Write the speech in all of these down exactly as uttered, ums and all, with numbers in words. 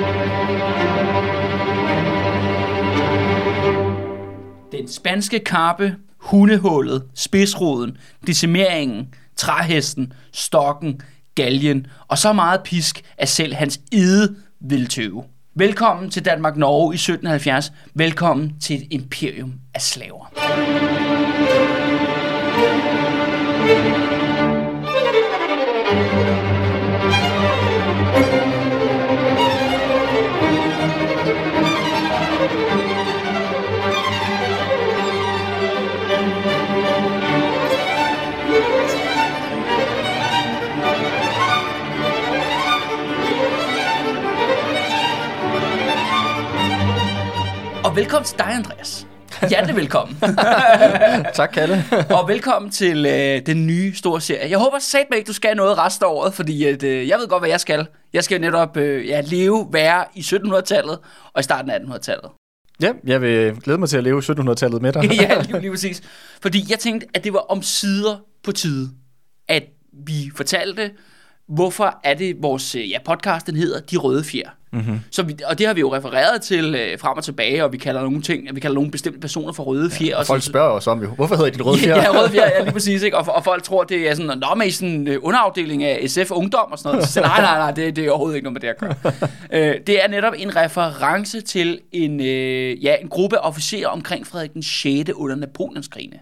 Den spanske karpe, hundehullet, spidsroden, decimeringen, træhesten, stokken, galgen og så meget pisk, at selv hans ide vil tøve. Velkommen til Danmark-Norge i sytten halvfjerds. Velkommen til et imperium af slaver. Og velkommen til dig, Andreas. Hjertelig velkommen. Tak, Kalle. Og velkommen til øh, den nye store serie. Jeg håber satme ikke, du skal noget resten af året, fordi at, øh, jeg ved godt, hvad jeg skal. Jeg skal netop øh, ja, leve, være i syttenhundredetallet og i starten af attenhundredetallet. Ja, jeg vil glæde mig til at leve i syttenhundredetallet med dig. Ja, lige, lige præcis. Fordi jeg tænkte, at det var omsider på tide, at vi fortalte, hvorfor er det vores ja, podcast, den hedder De Røde Fjer. Mm-hmm. Så vi, og det har vi jo refereret til øh, frem og tilbage, og vi kalder nogle ting, vi kalder nogle bestemte personer for røde fjer. Ja, og folk spørger os om jo, hvorfor hedder de røde fjer? Ja, ja, røde fjer, ja, lige præcis, ikke? Og, og folk tror, det er sådan, nå, med sådan en underafdeling af S F Ungdom og sådan noget. Så nej, nej, nej, det, det er overhovedet ikke noget med det at gøre. øh, det er netop en reference til en, øh, ja, en gruppe officerer omkring Frederik den sjette under Napoleonskrigene.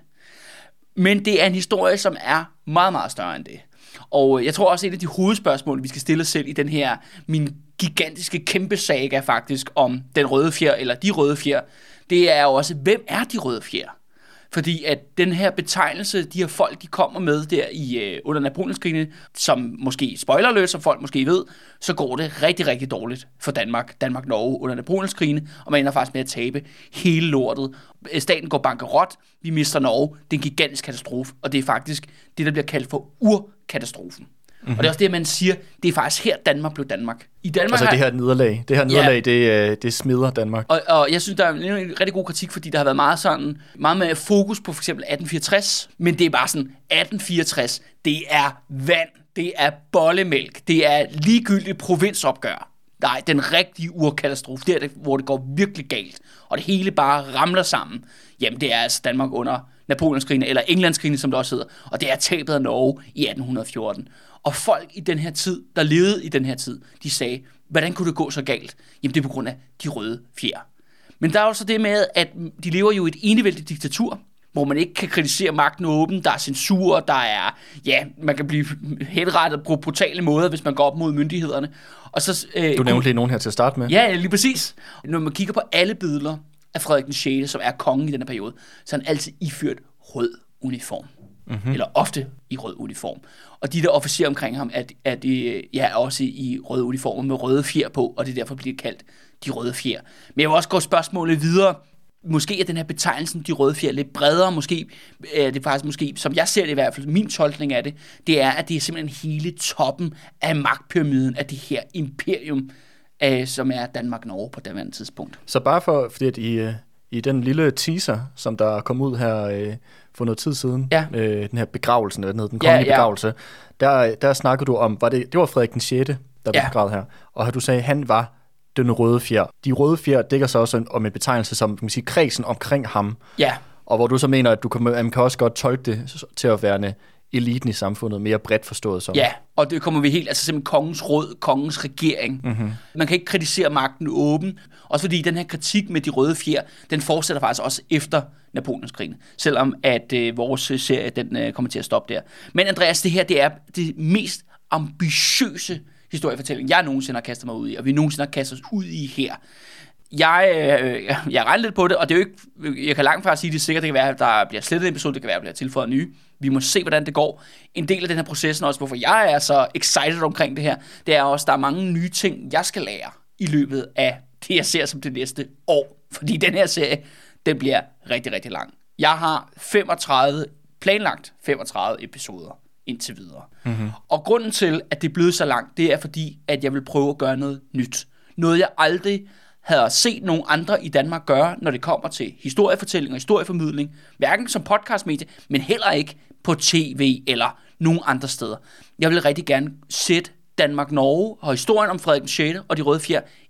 Men det er en historie, som er meget, meget større end det. Og jeg tror også, at et af de hovedspørgsmål, vi skal stille os selv i den her, min gigantiske kæmpe saga faktisk, om den røde fjer, eller de røde fjer, det er også, hvem er de røde fjer? Fordi at den her betegnelse, de her folk, de kommer med der i uh, under Napoleonskrigene, som måske spoilerløs, som folk måske ved, så går det rigtig, rigtig dårligt for Danmark, Danmark-Norge under Napoleonskrigene, og man ender faktisk med at tabe hele lortet. Staten går bankerot, vi mister Norge, det er en gigantisk katastrofe, og det er faktisk det, der bliver kaldt for urkatastrofen. Mm-hmm. Og det er også det, man siger, det er faktisk her, Danmark blev Danmark. I Danmark altså har... det her nederlag, det her nederlag, ja. det, det smider Danmark. Og, og jeg synes, der er en, en rigtig god kritik, fordi der har været meget sådan, meget med fokus på for eksempel atten fireogtres, men det er bare sådan, atten fireogtres, det er vand, det er bollemælk, det er ligegyldigt provinsopgør. Nej, den rigtige urkatastrofe, det er det, hvor det går virkelig galt, og det hele bare ramler sammen. Jamen, det er altså Danmark under Napoleonskrigene, eller Englandskrigene, som det også hedder, og det er tabet af Norge i atten fjorten. Og folk i den her tid, der levede i den her tid, de sagde, hvordan kunne det gå så galt? Jamen, det er på grund af de røde fjer. Men der er også det med, at de lever jo i et enevældigt diktatur, hvor man ikke kan kritisere magten åben, der er censur, der er, ja, man kan blive henrettet på brutale måder, hvis man går op mod myndighederne. Og så, øh, du nævnte lige nogen her til at starte med. Ja, lige præcis. Når man kigger på alle billeder af Frederik den sjette, som er kongen i denne periode, så er han altid iført rød uniform. Mm-hmm. Eller ofte i rød uniform. Og de der officerer omkring ham, er, er, de, ja, er også i røde uniformer med røde fjer på, og det derfor bliver kaldt de røde fjer. Men jeg vil også gå spørgsmålet videre. Måske er den her betegnelsen, de røde fjer, lidt bredere. Måske er det faktisk, måske, som jeg ser det i hvert fald, min tolkning af det, det er, at det er simpelthen hele toppen af magtpyramiden af det her imperium, øh, som er Danmark-Norge på det andet tidspunkt. Så bare for, fordi at I, i den lille teaser, som der kom ud her øh, for noget tid siden, ja. øh, den her begravelse, eller den hed, den kongelige ja, ja. begravelse, der, der snakkede du om, var det, det var Frederik den sjette, der blev ja. begravet her, og du sagde, at han var den røde fjer. De røde fjer dækker så også om en betegnelse som, man sige, kredsen omkring ham. Ja. Og hvor du så mener, at du kan, man kan også godt tolke det til at være eliten i samfundet, mere bredt forstået som. Ja, og det kommer vi helt, altså simpelthen kongens råd, kongens regering. Mm-hmm. Man kan ikke kritisere magten åben, også fordi den her kritik med de røde fjer, den fortsætter faktisk også efter Napoleonskrigen, selvom at øh, vores serie, den øh, kommer til at stoppe der. Men Andreas, det her, det er det mest ambitiøse historiefortælling, jeg nogensinde har kastet mig ud i, og vi nogensinde har kastet os ud i her. Jeg, øh, jeg regner lidt på det, og det er jo ikke, jeg kan langt fra sige, det er sikkert, det kan være, at der bliver slettet en episode, det kan være, at der bliver tilføjet nye. Vi må se, hvordan det går. En del af den her proces, også hvorfor jeg er så excited omkring det her, det er også, at der er mange nye ting, jeg skal lære i løbet af det, jeg ser som det næste år. Fordi den her serie, den bliver rigtig, rigtig lang. Jeg har femogtredive, planlagt femogtredive episoder indtil videre. Mm-hmm. Og grunden til, at det er blevet så langt, det er fordi, at jeg vil prøve at gøre noget nyt. Noget, jeg aldrig havde set nogen andre i Danmark gøre, når det kommer til historiefortælling og historieformidling. Hverken som podcastmedie, men heller ikke på tv eller nogen andre steder. Jeg vil rigtig gerne sætte Danmark-Norge og historien om Frederik den sjette og de røde fjer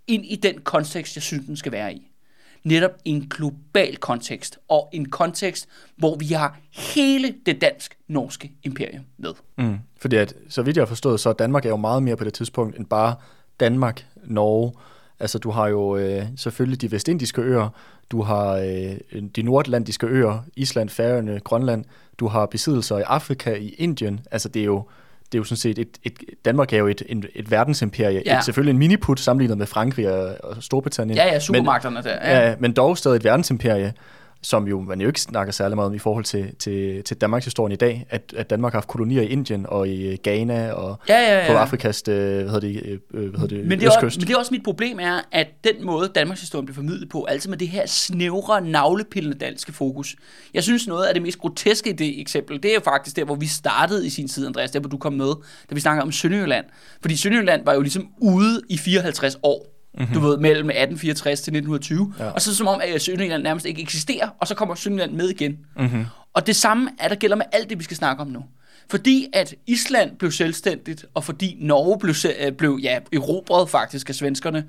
ind i den kontekst, jeg synes, den skal være i. Netop en global kontekst, og en kontekst, hvor vi har hele det dansk-norske imperium med. Mm, fordi at, så vidt jeg har forstået, så Danmark er jo meget mere på det tidspunkt, end bare Danmark, Norge. Altså du har jo øh, selvfølgelig de vestindiske øer, du har øh, de nordatlantiske øer, Island, Færøerne, Grønland, du har besiddelser i Afrika, i Indien. Altså det er jo Det er jo sådan set, et, et, Danmark er jo et, et, et verdensimperie. Ja. Et, selvfølgelig en miniput sammenlignet med Frankrig og, og Storbritannien. Ja, ja, supermagterne men, der. Ja. Ja, men dog stadig et verdensimperie, som jo man jo ikke snakker særlig meget om i forhold til, til, til Danmarks historien i dag, at, at Danmark har haft kolonier i Indien og i Ghana og ja, ja, ja. på Afrikas hvad hedder det, hvad hedder det, men det er også, men det er også mit problem er, at den måde Danmarks historien bliver formidlet på, altså med det her snævre, navlepillende danske fokus. Jeg synes noget af det mest groteske i det eksempel, det er jo faktisk der, hvor vi startede i sin tid, Andreas, der hvor du kom med, da vi snakker om Sønderjylland. Fordi Sønderjylland var jo ligesom ude i fireoghalvtreds år. Mm-hmm. Du ved, mellem atten fireogtres til nitten tyve. Ja. Og så som om, at Sønderjylland nærmest ikke eksisterer, og så kommer Sønderjylland med igen. Mm-hmm. Og det samme er der gælder med alt det, vi skal snakke om nu. Fordi at Island blev selvstændigt, og fordi Norge blev, blev ja, erobret faktisk af svenskerne,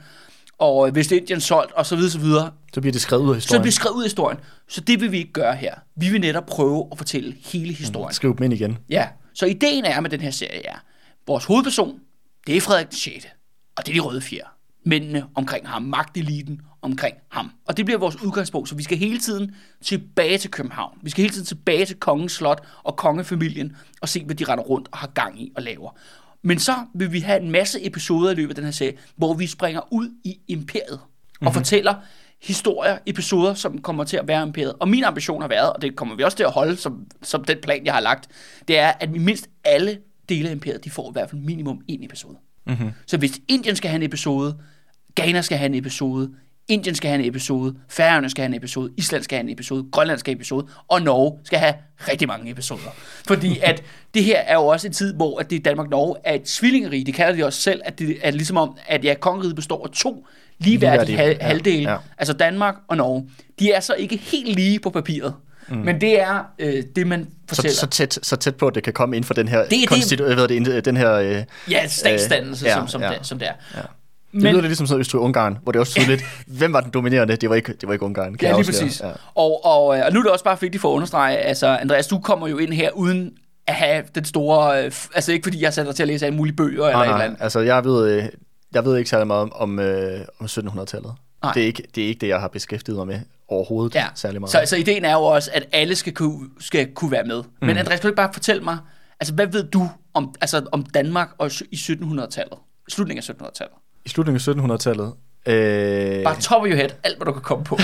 og Vestindien solgt, og så videre, så videre. Så bliver det skrevet ud af historien. Så bliver det skrevet ud af historien. Så det vil vi ikke gøre her. Vi vil netop prøve at fortælle hele historien. Mm, skriv dem ind igen. Ja, så ideen er med den her serie er, vores hovedperson, det er Frederik den sjette. Og det er de røde fjer. Mændene omkring ham, magteliten omkring ham. Og det bliver vores udgangspunkt, så vi skal hele tiden tilbage til København. Vi skal hele tiden tilbage til kongens slot og kongefamilien og se, hvad de retter rundt og har gang i og laver. Men så vil vi have en masse episoder i løbet af den her serie, hvor vi springer ud i imperiet og mm-hmm. fortæller historier, episoder, som kommer til at være imperiet. Og min ambition har været, og det kommer vi også til at holde som, som den plan, jeg har lagt, det er, at mindst alle dele af imperiet, de får i hvert fald minimum en episode. Mm-hmm. Så hvis Indien skal have en episode, Ghana skal have en episode, Indien skal have en episode, Færøerne skal have en episode, Island skal have en episode, Grønland skal have en episode, og Norge skal have rigtig mange episoder. Fordi at det her er jo også en tid, hvor at det Danmark-Norge er et tvillingerige. Det kalder de også selv, at det er ligesom om, at ja, kongeriget består af to ligeværdige hal- ja, halvdele. Ja. Altså Danmark og Norge. De er så ikke helt lige på papiret. Mm. Men det er øh, det, man fortæller. Så, så, tæt, så tæt på, at det kan komme ind for den her, det, konstitu- det, det, den her øh, ja, statsdannelse, øh, ja, som, som, ja. det, som det er. Ja. Det lyder lidt ligesom sådan Østrig-Ungarn, hvor det også tydeligt, hvem var den dominerende? Det var ikke, det var ikke Ungarn. Ja, lige præcis. Ja. Og, og, og nu er det også bare vigtigt for at understrege, altså Andreas, du kommer jo ind her uden at have den store, øh, altså ikke fordi jeg sætter dig til at læse alle mulige bøger eller nej, et eller andet. Altså jeg ved, jeg ved ikke særlig meget om, om, øh, om syttenhundredetallet. Det er, ikke, det er ikke det, jeg har beskæftiget mig med overhovedet ja. særlig meget. Så, så ideen er jo også, at alle skal kunne, skal kunne være med. Mm. Men Andreas, kan du ikke bare fortælle mig, altså hvad ved du om, altså, om Danmark og i syttenhundredetallet? Slutningen af syttenhundredetallet? I slutningen af syttenhundredetallet? Øh... Bare top of your head, alt hvad du kan komme på.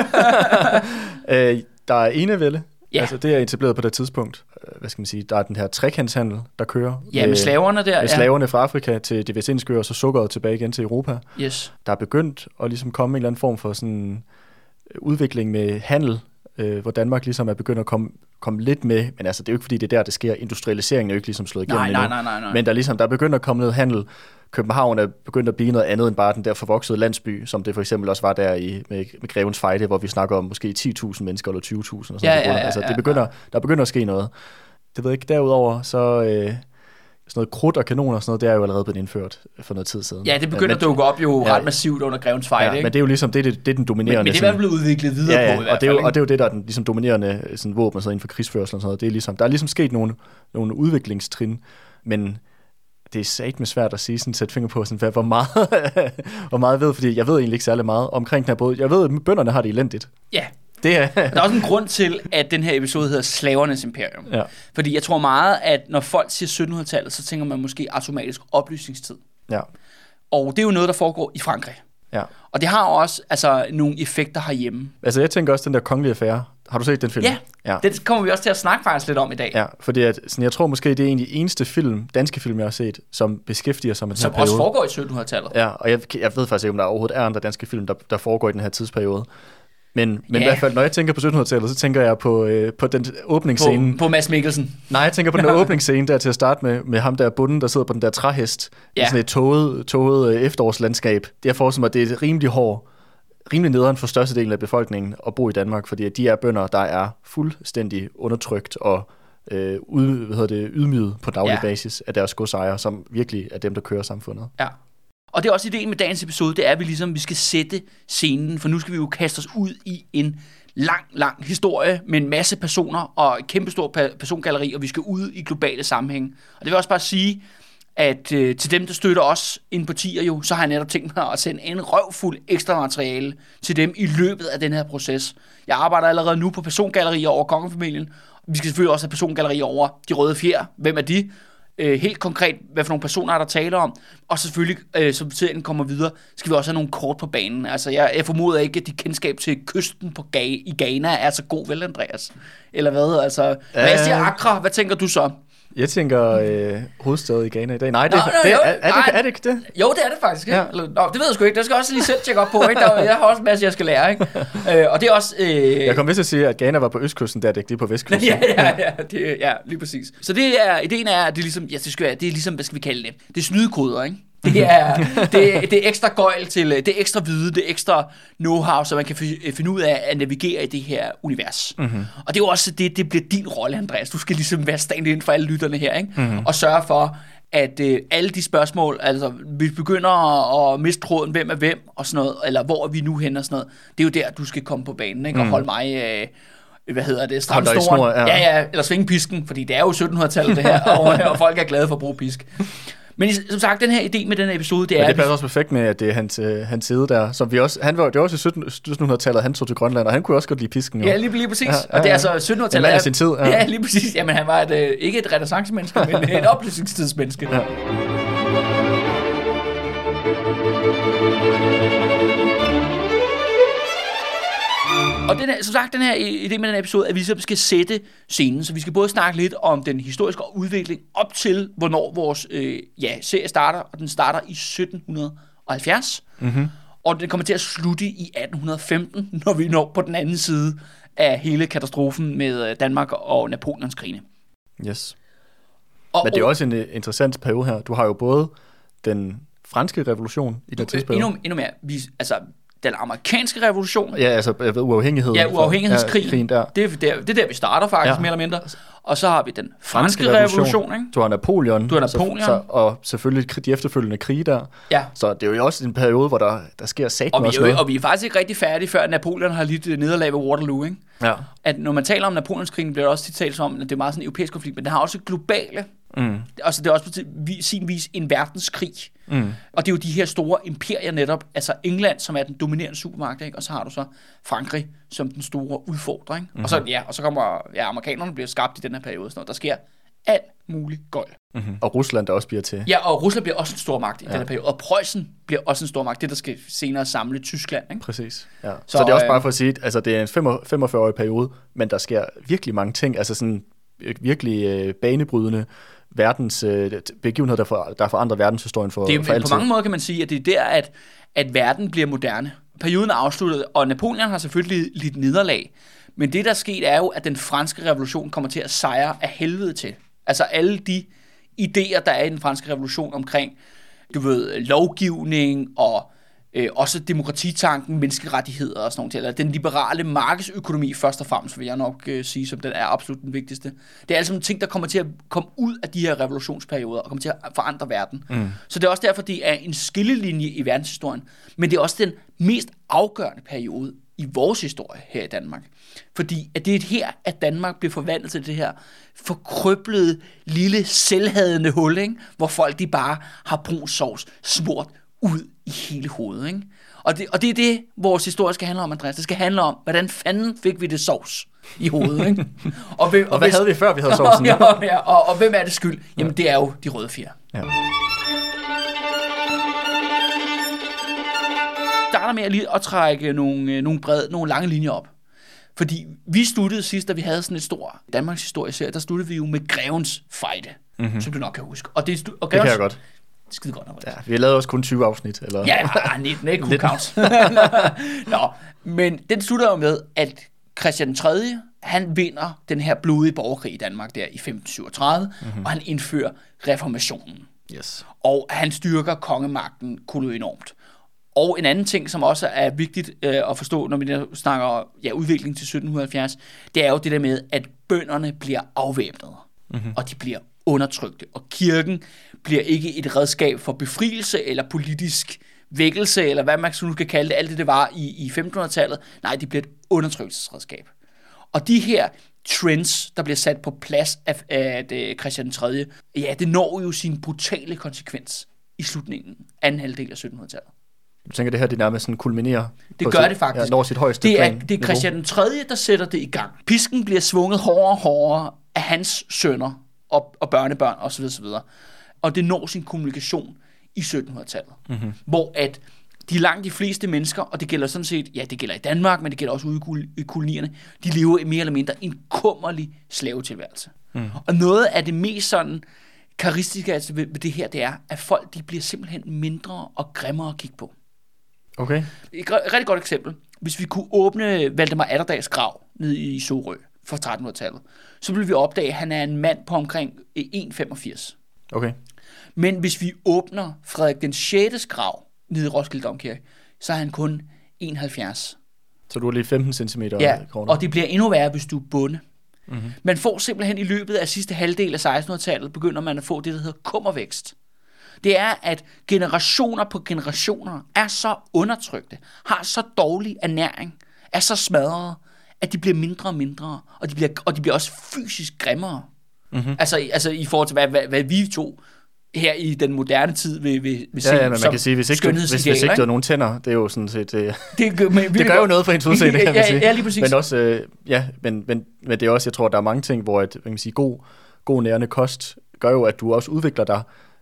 øh, der er enevælde. Ja. Altså det er etableret på det tidspunkt. Hvad skal man sige? Der er den her trekantshandel, der kører. Ja, med, med slaverne der. Med slaverne ja. fra Afrika til de vestindiske øer, og så sukkeret tilbage igen til Europa. Yes. Der er begyndt at ligesom komme en eller anden form for sådan udvikling med handel, øh, hvor Danmark ligesom er begyndt at komme, komme lidt med. Men altså, det er jo ikke fordi, det er der, det sker. Industrialiseringen er jo ikke ligesom slået igennem nej, endnu. Nej, nej, nej, nej. Men der er ligesom, der er begyndt at komme noget handel. København er begyndt at blive noget andet end bare den der forvoksede landsby, som det for eksempel også var der i, med, med Grevens Fejde, hvor vi snakker om måske ti tusind mennesker eller tyve tusind. Og sådan ja, ja, ja, altså, det ja, begynder, ja. Der begynder at ske noget. Det ved jeg ikke. Derudover, så øh, sådan noget krudt og kanoner og sådan noget, det er jo allerede blevet indført for noget tid siden. Ja, det begynder at dukke op jo ja, ret massivt under Grevens Fejde. Ja, ikke? Men det er jo ligesom, det er, det, det er den dominerende. Men, men det er i hvert fald blevet udviklet videre ja, ja, på i hvert og det er fald. Jo, og det er jo det, der er den ligesom dominerende sådan, våben sådan, inden for krigsførsel og sådan noget. Det er ligesom, der er ligesom sket nogle, nogle udviklingstrin, men det er satme svært at sige, sådan sætte finger på, sådan, hvor meget, hvor meget jeg ved, fordi jeg ved egentlig ikke særlig meget omkring den her båd. Jeg ved, at bønderne har det elendigt. Ja. Det er. Der er også en grund til, at den her episode hedder Slavernes Imperium. Ja. Fordi jeg tror meget, at når folk siger syttenhundredetallet, så tænker man måske automatisk oplysningstid. Ja. Og det er jo noget, der foregår i Frankrig. Ja. Og det har også altså, nogle effekter herhjemme. Altså jeg tænker også, den der kongelige affære. Har du set den film? Ja, ja. Det kommer vi også til at snakke faktisk lidt om i dag. Ja, fordi at, sådan, jeg tror måske, det er en af de eneste film, danske film, jeg har set, som beskæftiger sig med den som her periode. Som også foregår i syttenhundredetallet. Ja, og jeg, jeg ved faktisk ikke, om der overhovedet er andre danske film, der, der foregår i den her tidsperiode. Men, men ja. i hvert fald, når jeg tænker på syttenhundredetallet, så tænker jeg på, øh, på den åbningsscene. På, på Mads Mikkelsen. Nej, jeg tænker på den der åbningsscene der til at starte med, med ham der bunden, der sidder på den der træhest. Ja. I sådan et toget, toget efterårslandskab. Det er forestiller mig, at det er et rimelig hård, rimelig nederen for størstedelen af befolkningen at bo i Danmark, fordi de er bønder, der er fuldstændig undertrykt og øh, ud, hvad hedder det, ydmyget på daglig ja. basis af deres godsejere, som virkelig er dem, der kører samfundet. Ja. Og det er også ideen med dagens episode, det er, at vi ligesom vi skal sætte scenen, for nu skal vi jo kaste os ud i en lang, lang historie med en masse personer og et kæmpestort persongalleri, og vi skal ud i globale sammenhæng. Og det vil også bare sige, at øh, til dem, der støtter os ind på tier jo, så har jeg netop tænkt mig at sende en røvfuld ekstra materiale til dem i løbet af den her proces. Jeg arbejder allerede nu på persongallerier over kongefamilien. Vi skal selvfølgelig også have persongallerier over de røde fjer. Hvem er de? Øh, helt konkret, hvad for nogle personer er der taler om. Og selvfølgelig, øh, som serien kommer videre, skal vi også have nogle kort på banen. Altså, jeg, jeg formoder ikke, at dit kendskab til kysten på Ga- i Ghana er så god, vel, Andreas? Eller hvad? Altså, ja, hvad jeg siger Accra, hvad tænker du så? Jeg tænker øh, hovedstad i Ghana i dag. Nej, det, nå, nå, det, jo, er, er, det, er det ikke det? Jo, det er det faktisk. Ikke? Ja. Nå, det ved jeg sgu ikke. Det skal jeg også lige selv tjekke op på. Ikke? Der, jeg har også en masse, jeg skal lære. Ikke? øh, og det er også... Øh... Jeg kom vist til at sige, at Ghana var på østkysten, der er det ikke lige på vestkysten. ja, ja, ja, det, ja, lige præcis. Så det er, ideen er, at det er ligesom... Ja, det, skal være, det er ligesom, hvad skal vi kalde det? Det er snydekoder, ikke? Det er, det, det er ekstra gøjl til, det er ekstra vide, det er ekstra know-how, så man kan finde ud af at navigere i det her univers. Mm-hmm. Og det er jo også det, det bliver din rolle, Andreas. Du skal ligesom være stand ind for alle lytterne her, ikke? Mm-hmm. Og sørge for, at øh, alle de spørgsmål, altså vi begynder at, at miste tråden, hvem er hvem, og sådan noget, eller hvor er vi nu hen og sådan noget. Det er jo der, du skal komme på banen, ikke? Og holde mig... Øh, hvad hedder det, stramstoren, ja. ja, ja, eller svinge pisken, fordi det er jo syttenhundredetallet det her, og, og folk er glade for at bruge pisk. Men som sagt, den her idé med den her episode, det er... Men det passer også perfekt med, at det er hans, øh, hans side der, som vi også... Han var, det var også i syttenhundredetallet, han tog til Grønland, og han kunne også godt lide pisken. Jo. Ja, lige, lige præcis. Ja, ja, og det er altså syttenhundredetallet... En mand i sin tid. Ja, ja lige præcis. Jamen, han var et, øh, ikke et renæssancemenneske, men et oplysningstidsmenneske. Ja. Og den her, som sagt, den her idé med den her episode, at vi skal sætte scenen, så vi skal både snakke lidt om den historiske udvikling op til, hvornår vores øh, ja, serie starter, og den starter i sytten halvfjerds, mm-hmm. og den kommer til at slutte i atten femten, når vi når på den anden side af hele katastrofen med Danmark og Napoleonskrigene. Yes. Og, Men det er også en interessant periode her. Du har jo både den franske revolution i den tidsperiode. Endnu, endnu mere. Vi, altså... Den amerikanske revolution. Ja, altså uafhængighed. Ja, uafhængighedskrigen. Der. Det, er der, det er der, vi starter faktisk, ja. mere eller mindre. Og så har vi den franske, franske revolution. revolution ikke? Du har Napoleon. Du har Napoleon. Så, så, og selvfølgelig de efterfølgende krige der. Ja. Så det er jo også en periode, hvor der, der sker satan og vi, også noget. Og vi er faktisk ikke rigtig færdige, før Napoleon har lidt nederlag ved Waterloo. Ikke? Ja. At når man taler om Napoleonskrigen, bliver det også talt om, at det er meget sådan en europæisk konflikt, men den har også globale. Mm. Altså det er også på sin vis en verdenskrig. Mm. Og det er jo de her store imperier netop, altså England, som er den dominerende supermagt, ikke? Og så har du så Frankrig som den store udfordring. Mm-hmm. Og så ja, og så kommer ja, amerikanerne bliver skabt i den her periode, sådan noget. Der sker alt muligt gøjl. Mm-hmm. Og Rusland der også bliver til. Ja, og Rusland bliver også en stor magt i ja. den her periode. Og Preussen bliver også en stor magt, det der skal senere samle Tyskland, ikke? Præcis. Ja. Så, så det er også bare for at sige, altså det er en femogfyrre-årig periode, men der sker virkelig mange ting, altså sådan virkelig øh, banebrydende verdens øh, begivenheder, der, for, der forandrer verdenshistorien for, det er, for altid. På mange måder kan man sige, at det er der, at, at verden bliver moderne. Perioden er afsluttet, og Napoleon har selvfølgelig lidt nederlag. Men det, der er sket, er jo, at den franske revolution kommer til at sejre af helvede til. Altså alle de idéer, der er i den franske revolution omkring, du ved, lovgivning og øh, også demokratitanken, menneskerettigheder og sådan noget, eller den liberale markedsøkonomi først og fremmest, vil jeg nok øh, sige, som den er absolut den vigtigste. Det er altså nogle ting, der kommer til at komme ud af de her revolutionsperioder og kommer til at forandre verden. Mm. Så det er også derfor, det er en skillelinje i verdenshistorien, men det er også den mest afgørende periode i vores historie her i Danmark. Fordi at det er her, at Danmark bliver forvandlet til det her forkrøblede, lille, selvhadende hul, ikke? Hvor folk de bare har brun sovs smurt ud i hele hovedet. Ikke? Og, det, og det er det, vores historie skal handle om, Andreas. Det skal handle om, hvordan fanden fik vi det sovs i hovedet. Ikke? Og, hvem, og, og hvad hvis, havde vi før, vi havde sovsen? ja, ja, og, og hvem er det skyld? Jamen, det er jo de røde fjer. Ja. Starter med at, lige at trække nogle, nogle, brede, nogle lange linjer op. Fordi vi sluttede sidst, da vi havde sådan et stort Danmarks historie-serie, der sluttede vi jo med Grevens Fejde, mm-hmm. som du nok kan huske. Og det, og Grevens, det kan jeg godt. Skide godt nok. Ja, vi har lavet også kun tyve afsnit. Eller? Ja, ja, nitten, ikke? Who counts? Nå, men den slutter jo med, at Christian den tredje, han vinder den her blodige borgerkrig i Danmark der i femten syvogtredive, mm-hmm. og han indfører reformationen. Yes. Og han styrker kongemagten koloenormt. Og en anden ting, som også er vigtigt øh, at forstå, når vi snakker ja, udvikling til sytten halvfjerds, det er jo det der med, at bønderne bliver afvæbnet. Mm-hmm. Og de bliver undertrykte. Og kirken bliver ikke et redskab for befrielse eller politisk vækkelse, eller hvad man nu skal kalde det, alt det, det var i, i femtenhundredetallet. Nej, det bliver et undertrykkelsesredskab. Og de her trends, der bliver sat på plads af, af det Christian den tredje, ja, det når jo sin brutale konsekvens i slutningen, anden halvdel af syttenhundredetallet. Du tænker, det her det nærmest sådan kulminerer? Det gør sit, det faktisk. Ja, når sit højeste det er, plan, det er Christian den tredje, der sætter det i gang. Pisken bliver svunget hårdere og hårdere af hans sønner og, og børnebørn osv. osv. Og det når sin kommunikation i syttenhundredetallet. Mm-hmm. Hvor at de langt de fleste mennesker, og det gælder sådan set, ja, det gælder i Danmark, men det gælder også ude i kolonierne, de lever i mere eller mindre en kummerlig slavetilværelse. Mm. Og noget af det mest sådan karakteristiske altså ved, ved det her, det er, at folk de bliver simpelthen mindre og grimmere at kigge på. Okay. Et rigtig godt eksempel. Hvis vi kunne åbne Valdemar Atterdags grav nede i Sorø fra trettenhundredetallet, så ville vi opdage, at han er en mand på omkring en komma femogfirs. Okay. Men hvis vi åbner Frederik den sjette grav nede i Roskilde Domkirke, så er han kun en komma halvfjerds. Så du er lige femten centimeter. Ja, og det bliver endnu værre, hvis du er bonde. Mm-hmm. Man får simpelthen i løbet af sidste halvdel af sekstenhundredetallet, begynder man at få det, der hedder kummervækst. Det er, at generationer på generationer er så undertrykte, har så dårlig ernæring, er så smadrede, at de bliver mindre og mindre, og de bliver, og de bliver også fysisk grimmere. Mm-hmm. Altså, altså i forhold til, hvad, hvad, hvad vi to her i den moderne tid vil, vil, vil se ja, ja, men man kan sige, hvis ikke, du, hvis, hvis ikke du har nogen tænder, det er jo sådan set, det, det, men, det gør jo noget for hendes udseende, kan man sige. Ja, lige præcis. Men også, øh, ja, men, men, men det er også, jeg tror, der er mange ting, hvor at, man kan sige, god, god nærende kost gør jo, at du også udvikler dig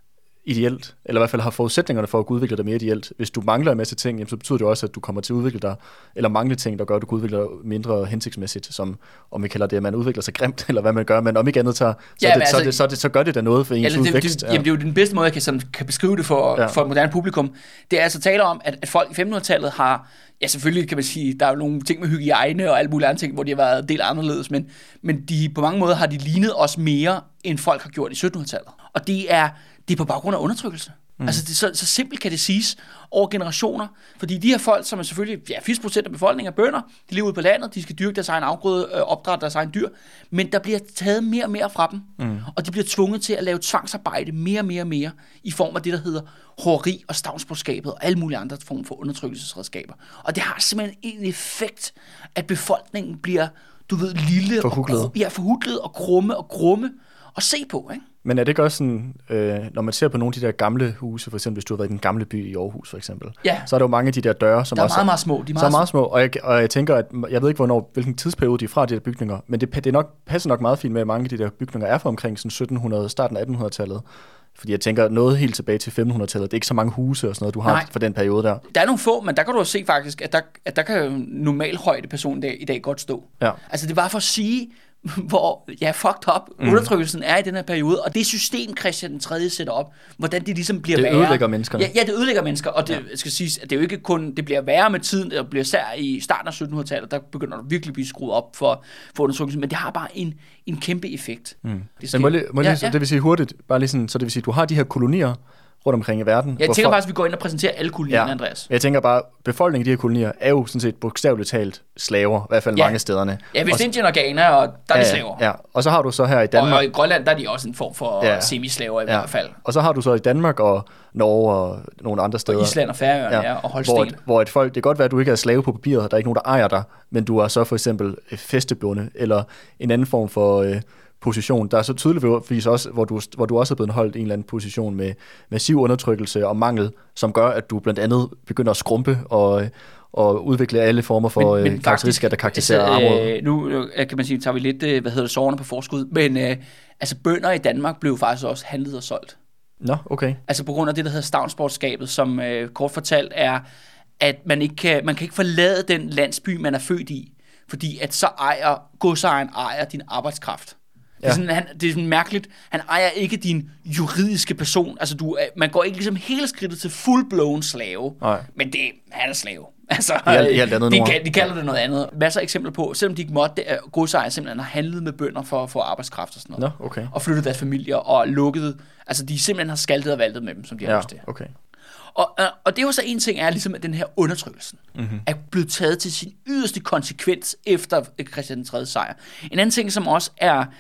ideelt, eller i hvert fald har forudsætningerne for at kunne udvikle dig mere ideelt. Hvis du mangler en masse ting, jamen, så betyder det også, at du kommer til at udvikle dig, eller mangle ting, der gør, at du kan udvikle dig mindre hensigtsmæssigt, som om vi kalder det, at man udvikler sig grimt, eller hvad man gør, men om ikke andet, så, så, ja, det, altså, så, det, så, det, så gør det da noget for ens udvækst. Det, det, jamen, det er jo den bedste måde, jeg kan, sådan, kan beskrive det for, ja. for et moderne publikum. Det er altså tale om, at, at folk i femtenhundredetallet har, ja selvfølgelig kan man sige, der er jo nogle ting med hygiejne og alle mulige andre ting, hvor de har været delt anderledes, men, men de, på mange måder har de lignet os mere, end folk har gjort i syttenhundredetallet. Og det er, det er på baggrund af undertrykkelse. Mm. Altså, det, så, så simpelt kan det siges over generationer, fordi de her folk, som er selvfølgelig, ja, firs procent af befolkningen er bønder, de lever ude på landet, de skal dyrke deres egen afgrøde, øh, opdrætte deres egen dyr, men der bliver taget mere og mere fra dem, mm. og de bliver tvunget til at lave tvangsarbejde mere og mere og mere, i form af det, der hedder horeri og stavnsborskabet, og alle mulige andre former for undertrykkelsesredskaber. Og det har simpelthen en effekt, at befolkningen bliver, du ved, lille, forhudlet. og, ja, forhudlet og krumme og grumme, og se på, ikke? Men er det ikke også sådan, øh, når man ser på nogle af de der gamle huse, for eksempel hvis du har været i den gamle by i Aarhus for eksempel, ja. så er der jo mange af de der døre, som der er også meget, meget små. De er meget, så er meget små, og jeg, og jeg tænker, at jeg ved ikke, hvornår, hvilken tidsperiode de er fra, de der bygninger, men det, det er nok, passer nok meget fint med, at mange af de der bygninger er fra omkring sådan sytten hundrede, starten af attenhundredetallet. Fordi jeg tænker, noget helt tilbage til femtenhundredetallet, det er ikke så mange huse og sådan noget, du har Nej. for den periode der. Der er nogle få, men der kan du jo se faktisk, at der, at der kan jo normal højde person der, i dag godt stå. Ja. Altså det var for at sige, hvor ja, fucked up mm. undertrykkelsen er i den her periode, og det system, Christian den tredje sætter op, hvordan det ligesom bliver det værre. Det ødelægger menneskerne. Ja, ja, det ødelægger mennesker, og det ja. skal siges, at det er jo ikke kun, det bliver værre med tiden, det bliver sær i starten af syttenhundredetallet, der begynder der virkelig at blive skruet op for, for undertrykkelsen, men det har bare en, en kæmpe effekt. Mm. Det, men må lige, må lige, ja, ja. det vil sige hurtigt, bare lige sådan, så det vil sige, du har de her kolonier rundt omkring i verden. Jeg tænker faktisk, at vi går ind og præsenterer alle kolonierne, ja. Andreas. Jeg tænker bare, befolkningen i de her kolonier er jo sådan set bogstaveligt talt slaver, i hvert fald ja. mange stederne. Ja, Vestindien og Ghana, og der er ja, de slaver. Ja, og så har du så her i Danmark. Og, og i Grønland, der er de også en form for ja. semislaver i ja. hvert fald. Og så har du så i Danmark og Norge og nogle andre steder. Og Island og Færøerne, ja. ja, og Holsten. Hvor, hvor et folk, det kan godt være, at du ikke er slave på papiret, der er ikke nogen, der ejer dig, men du er så for eksempel fæstebonde, eller en anden form for øh, position. Der er så tydeligvis også, hvor du, hvor du også er blevet holdt i en eller anden position med massiv undertrykkelse og mangel, som gør, at du blandt andet begynder at skrumpe og, og udvikle alle former for men, men karakteristikker, der karakteriserer altså, armod. Øh, nu kan man sige, tager vi lidt, hvad hedder det, sårene på forskud, men øh, altså bønder i Danmark blev faktisk også handlet og solgt. Nå, okay. Altså på grund af det, der hedder stavnsborskabet, som øh, kort fortalt er, at man ikke kan, man kan ikke forlade den landsby, man er født i, fordi at så ejer, godsejeren ejer din arbejdskraft. Det er, sådan, han, det er sådan mærkeligt. Han ejer ikke din juridiske person. Altså, du, man går ikke ligesom hele skridtet til full-blown slave. Nej. Men det, han er slave. Altså, alt, alt andet de, de kalder det noget andet. Masser af eksempler på, selvom de ikke måtte, godsejere simpelthen har handlet med bønder for at få arbejdskraft og sådan noget. Nå, okay. Og flyttet deres familier og lukket. Altså, de simpelthen har skaltet og valtet med dem, som de har ja, lyst til. Okay. Og, og det er jo så en ting, er ligesom, at den her undertrykkelsen mm-hmm. er blevet taget til sin yderste konsekvens efter Christian den tredje sejr. En anden ting, som også er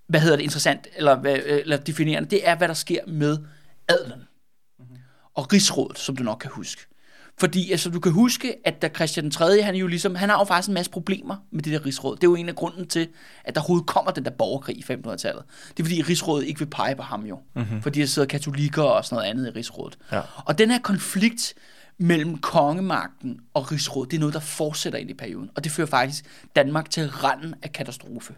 hvad hedder det, interessant, eller, hvad, eller definerende, det er, hvad der sker med adelen mm-hmm. og rigsrådet, som du nok kan huske. Fordi altså, du kan huske, at da Christian den tredje, han, jo ligesom, han har jo faktisk en masse problemer med det der rigsråd. Det er jo en af grunden til, at der overhovedet kommer den der borgerkrig i femtenhundredetallet. Det er fordi, rigsrådet ikke vil pege på ham jo. Mm-hmm. Fordi der sidder katolikker og sådan noget andet i rigsrådet. Ja. Og den her konflikt mellem kongemagten og rigsrådet, det er noget, der fortsætter ind i perioden. Og det fører faktisk Danmark til randen af katastrofe.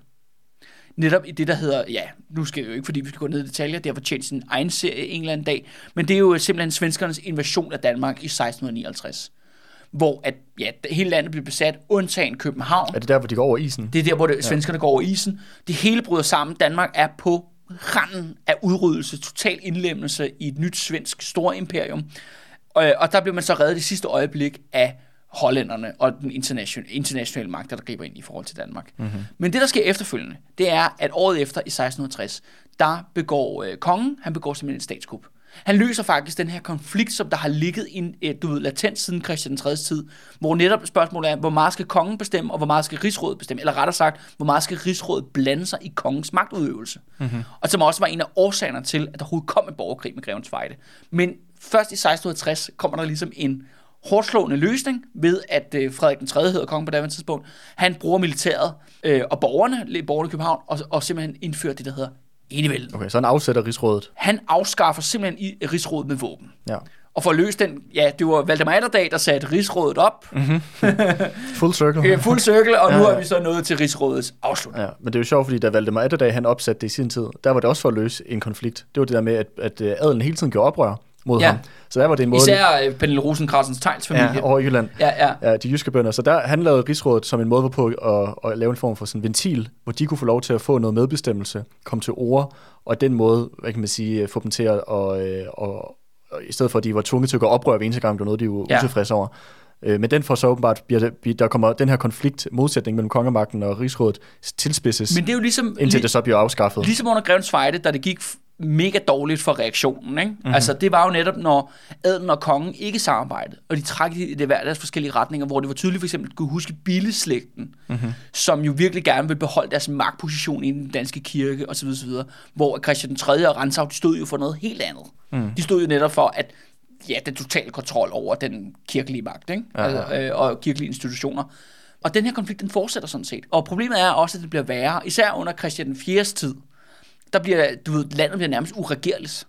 Netop i det, der hedder, ja, nu skal jeg jo ikke, fordi vi skal gå ned i detaljer, det har fortjent sin egen serie en eller anden dag, men det er jo simpelthen svenskernes invasion af Danmark i seksten nioghalvtreds, hvor at, ja, hele landet bliver besat, undtagen København. Er det der, hvor de går over isen? Det er der, hvor det, svenskerne ja. går over isen. Det hele bryder sammen. Danmark er på randen af udryddelse, total indlemmelse i et nyt svensk storimperium, og, og der bliver man så reddet i sidste øjeblik af hollænderne og den internationale, internationale magt, der griber ind i forhold til Danmark. Mm-hmm. Men det, der sker efterfølgende, det er, at året efter i seksten tres, der begår øh, kongen, han begår simpelthen et statskup. Han løser faktisk den her konflikt, som der har ligget in, øh, du ved, latent siden Christian den tredje tid, hvor netop spørgsmålet er, hvor meget skal kongen bestemme, og hvor meget skal rigsrådet bestemme, eller rettere sagt, hvor meget skal rigsrådet blande sig i kongens magtudøvelse. Mm-hmm. Og som også var en af årsagerne til, at der overhovedet kom en borgerkrig med Grevens Fejde. Men først i seksten tres kommer der ligesom en hårdslående løsning ved, at øh, Frederik den tredje hedder kongen på daværende tidspunkt. Han bruger militæret øh, og borgerne, borgerne i København, og, og simpelthen indfører det, der hedder enevælden. Okay, så han afsætter rigsrådet. Han afskaffer simpelthen i rigsrådet med våben. Ja. Og for at løse den, ja, det var Valdemar Atterdag, der satte rigsrådet op. Mm-hmm. Full circle. øh, full circle, og ja, nu ja. er vi så nået til rigsrådets afslutning. Ja, men det er jo sjovt, fordi da Valdemar Atterdag, han opsatte det i sin tid, der var det også for at løse en konflikt. Det var det der med, at, at adelen hele tiden gjorde oprør mod ja. ham. Så der var det en måde... Især uh, Pernille Rosenkrantz Theils familie. Ja, over i Jylland. Ja, ja. Ja, de jyske bønder. Så der, han lavede rigsrådet som en måde på at, at lave en form for sådan en ventil, hvor de kunne få lov til at få noget medbestemmelse, komme til ord, og den måde, hvad kan man sige, få dem til at... Og, og, og, i stedet for, at de var tvunget til at gå oprør hver eneste gang, det var noget, de var ja. utilfredse over. Men den får så åbenbart, der kommer den her konflikt, modsætning mellem kongemagten og rigsrådet, tilspidses, men det er jo ligesom, indtil det så bliver afskaffet. Ligesom under Grevens Fejde, da det gik mega dårligt for reaktionen, ikke? Mm-hmm. Altså det var jo netop, når adelen og kongen ikke samarbejdede, og de trak i det hver deres forskellige retninger, hvor det var tydeligt for eksempel, at kunne huske Bille-slægten, mm-hmm. som jo virkelig gerne vil beholde deres magtposition i den danske kirke, osv. osv. Hvor Christian den tredje og Rantzau, de stod jo for noget helt andet. Mm. De stod jo netop for, at ja, den totale kontrol over den kirkelige magt, ikke? Ja, ja. Altså, øh, og kirkelige institutioner. Og den her konflikt, den fortsætter sådan set. Og problemet er også, at det bliver værre, især under Christian den fjerdes tid. Der bliver, du ved, landet bliver nærmest uregerligt.